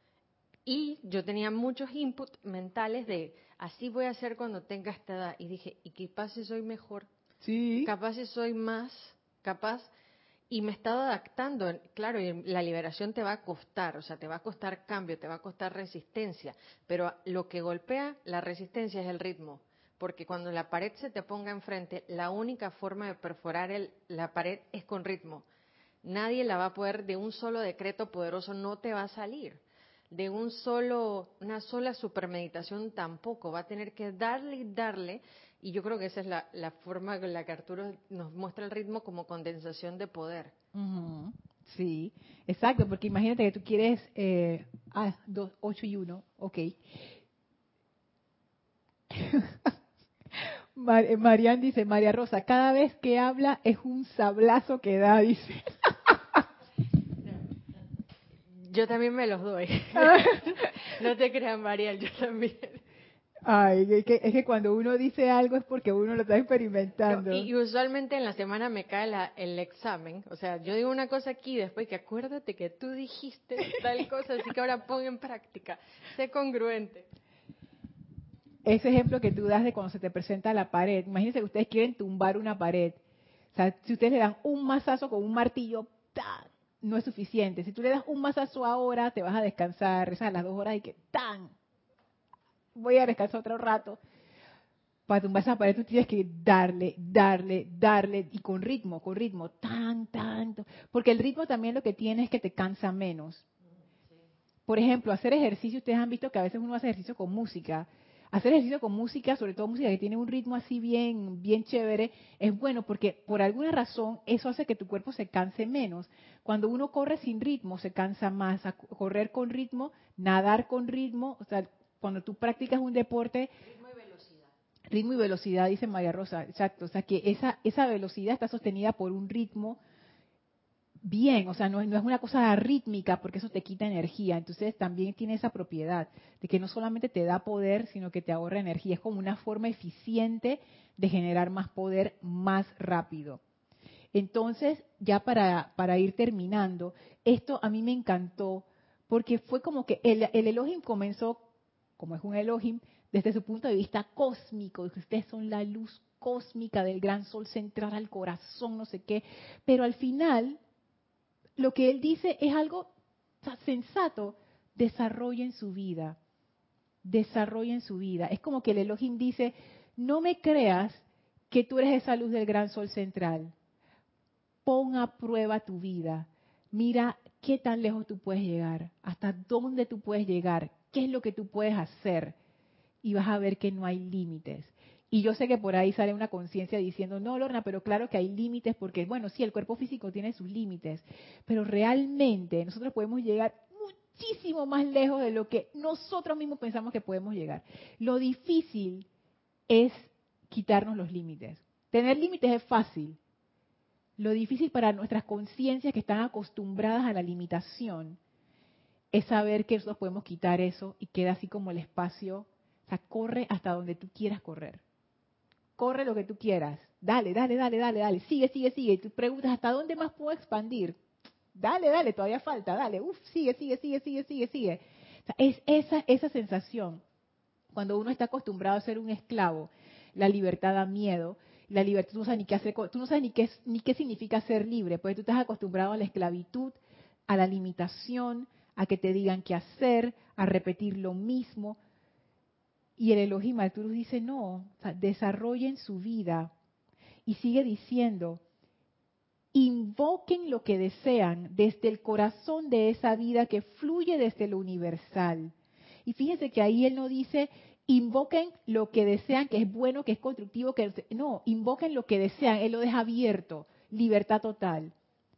Y yo tenía muchos inputs mentales de, así voy a ser cuando tenga esta edad. Y dije, ¿y qué pasa si soy mejor? Sí. Capaz si soy más capaz y me he estado adaptando. Claro, y la liberación te va a costar, o sea, te va a costar cambio, te va a costar resistencia, pero lo que golpea la resistencia es el ritmo. Porque cuando la pared se te ponga enfrente, la única forma de perforar el, la pared es con ritmo. Nadie la va a poder, de un solo decreto poderoso no te va a salir. De un solo, una sola supermeditación tampoco. Va a tener que darle y darle. Y yo creo que esa es la, la forma en la que Arturo nos muestra el ritmo como condensación de poder. Ujú. Sí, exacto, porque imagínate que tú quieres, eh, ah, dos, ocho y uno, ok. Mar, eh, Marian dice, María Rosa, cada vez que habla es un sablazo que da, dice. Yo también me los doy. No te creas, Mariel, yo también. Ay, es que, es que cuando uno dice algo es porque uno lo está No, experimentando. y, y usualmente en la semana me cae la, el examen. O sea, yo digo una cosa aquí, después que acuérdate que tú dijiste tal cosa, así que ahora pon en práctica. Sé congruente. Ese ejemplo que tú das de cuando se te presenta la pared, imagínense que ustedes quieren tumbar una pared. O sea, si ustedes le dan un mazazo con un martillo, ¡tan! No es suficiente. Si tú le das un mazazo ahora, te vas a descansar, rezas a las dos horas y que ¡tan! Voy a descansar otro rato. Para tumbar esa pared tú tienes que darle, darle, darle, y con ritmo, con ritmo, tan, tanto. Porque el ritmo también lo que tiene es que te cansa menos. Por ejemplo, hacer ejercicio, ustedes han visto que a veces uno hace ejercicio con música. Hacer ejercicio con música, sobre todo música que tiene un ritmo así bien, bien chévere, es bueno porque por alguna razón eso hace que tu cuerpo se canse menos. Cuando uno corre sin ritmo, se cansa más. A correr con ritmo, nadar con ritmo, o sea, cuando tú practicas un deporte, ritmo y velocidad, dice María Rosa, exacto. O sea, que esa, esa velocidad está sostenida por un ritmo bien, o sea, no, no es una cosa rítmica porque eso te quita energía. Entonces también tiene esa propiedad de que no solamente te da poder, sino que te ahorra energía. Es como una forma eficiente de generar más poder más rápido. Entonces, ya para, para ir terminando, esto a mí me encantó porque fue como que el, el Elohim comenzó, como es un Elohim, desde su punto de vista cósmico, que ustedes son la luz cósmica del gran sol central al corazón, no sé qué, pero al final lo que él dice es algo, o sea, sensato. Desarrollen su vida, desarrollen su vida. Es como que el Elohim dice, no me creas que tú eres esa luz del gran sol central. Pon a prueba tu vida. Mira qué tan lejos tú puedes llegar, hasta dónde tú puedes llegar, qué es lo que tú puedes hacer. Y vas a ver que no hay límites. Y yo sé que por ahí sale una conciencia diciendo, no, Lorna, pero claro que hay límites porque, bueno, sí, el cuerpo físico tiene sus límites, pero realmente nosotros podemos llegar muchísimo más lejos de lo que nosotros mismos pensamos que podemos llegar. Lo difícil es quitarnos los límites. Tener límites es fácil. Lo difícil para nuestras conciencias que están acostumbradas a la limitación es saber que nosotros podemos quitar eso y queda así como el espacio. O sea, corre hasta donde tú quieras correr. Corre lo que tú quieras. Dale, dale, dale, dale, dale. Sigue, sigue, sigue. Y tú preguntas, ¿hasta dónde más puedo expandir? Dale, dale, todavía falta, dale. Uf, sigue, sigue, sigue, sigue, sigue, sigue. O sea, es esa, esa sensación. Cuando uno está acostumbrado a ser un esclavo, la libertad da miedo. La libertad, tú no sabes ni qué hacer, tú no sabes ni qué, ni qué significa ser libre, porque tú estás acostumbrado a la esclavitud, a la limitación, a que te digan qué hacer, a repetir lo mismo. Y el Elohim Arturus dice, no, o sea, desarrollen su vida. Y sigue diciendo, invoquen lo que desean desde el corazón de esa vida que fluye desde lo universal. Y fíjense que ahí él no dice, invoquen lo que desean, que es bueno, que es constructivo, que no, invoquen lo que desean, él lo deja abierto, libertad total.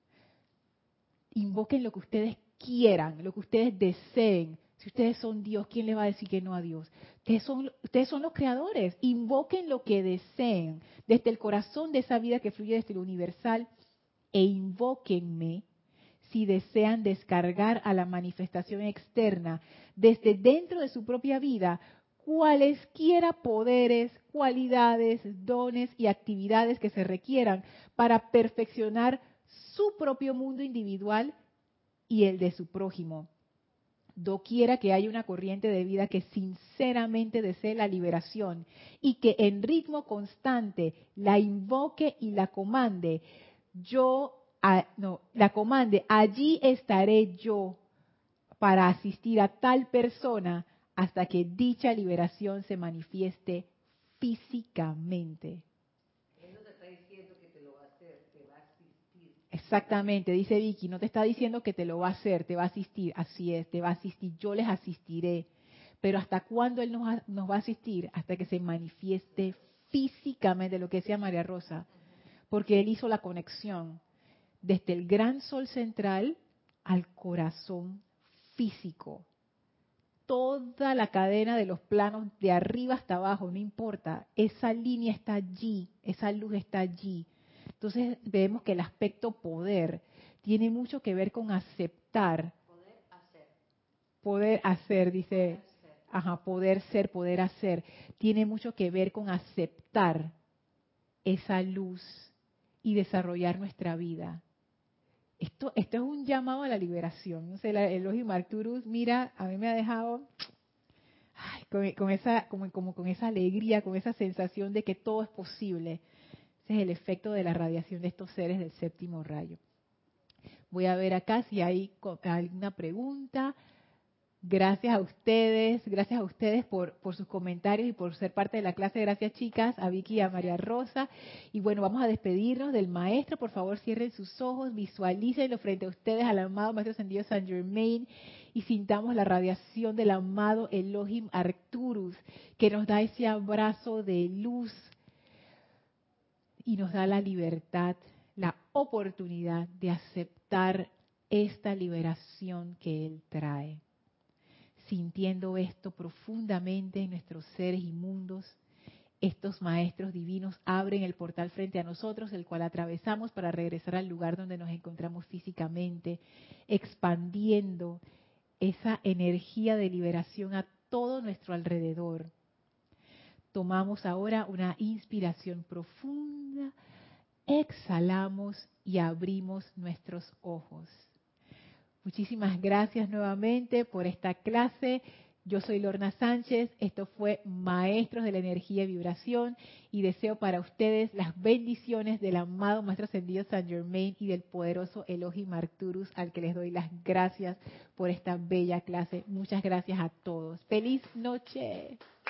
Invoquen lo que ustedes quieran, lo que ustedes deseen. Si ustedes son Dios, ¿quién les va a decir que no a Dios? Ustedes son, ustedes son los creadores. Invoquen lo que deseen desde el corazón de esa vida que fluye desde lo universal e invóquenme si desean descargar a la manifestación externa desde dentro de su propia vida cualesquiera poderes, cualidades, dones y actividades que se requieran para perfeccionar su propio mundo individual y el de su prójimo. Doquiera que haya una corriente de vida que sinceramente desee la liberación y que en ritmo constante la invoque y la comande, yo, a, no, la comande, allí estaré yo para asistir a tal persona hasta que dicha liberación se manifieste físicamente. Él no te está diciendo que te lo va a hacer, te va a asistir. Exactamente, dice Vicky, no te está diciendo que te lo va a hacer, te va a asistir, así es, te va a asistir, yo les asistiré. Pero ¿hasta cuándo Él nos, va- nos va a asistir? Hasta que se manifieste físicamente, lo que decía María Rosa, porque Él hizo la conexión desde el gran sol central al corazón físico. Toda la cadena de los planos de arriba hasta abajo, no importa, esa línea está allí, esa luz está allí. Entonces vemos que el aspecto poder tiene mucho que ver con aceptar. Poder hacer. Poder hacer, dice, Poder ser. ajá, poder ser, poder hacer, tiene mucho que ver con aceptar esa luz y desarrollar nuestra vida. Esto, esto es un llamado a la liberación. No sé, la- el Elohim Arcturus, mira, a mí me ha dejado ay, con, con esa, como, como con esa alegría, con esa sensación de que todo es posible. Ese es el efecto de la radiación de estos seres del séptimo rayo. Voy a ver acá si hay co- alguna pregunta. Gracias a ustedes, gracias a ustedes por, por sus comentarios y por ser parte de la clase. Gracias, chicas, a Vicky y a María Rosa. Y bueno, vamos a despedirnos del maestro. Por favor, cierren sus ojos, visualícenlo frente a ustedes al amado Maestro Ascendido Saint Germain y sintamos la radiación del amado Elohim Arcturus, que nos da ese abrazo de luz y nos da la libertad, la oportunidad de aceptar esta liberación que Él trae. Sintiendo esto profundamente en nuestros seres y mundos, estos maestros divinos abren el portal frente a nosotros, el cual atravesamos para regresar al lugar donde nos encontramos físicamente, expandiendo esa energía de liberación a todo nuestro alrededor. Tomamos ahora una inspiración profunda, exhalamos y abrimos nuestros ojos. Muchísimas gracias nuevamente por esta clase. Yo soy Lorna Sánchez. Esto fue Maestros de la Energía y Vibración y deseo para ustedes las bendiciones del amado Maestro Ascendido Saint Germain y del poderoso Elohim Arcturus, al que les doy las gracias por esta bella clase. Muchas gracias a todos. ¡Feliz noche!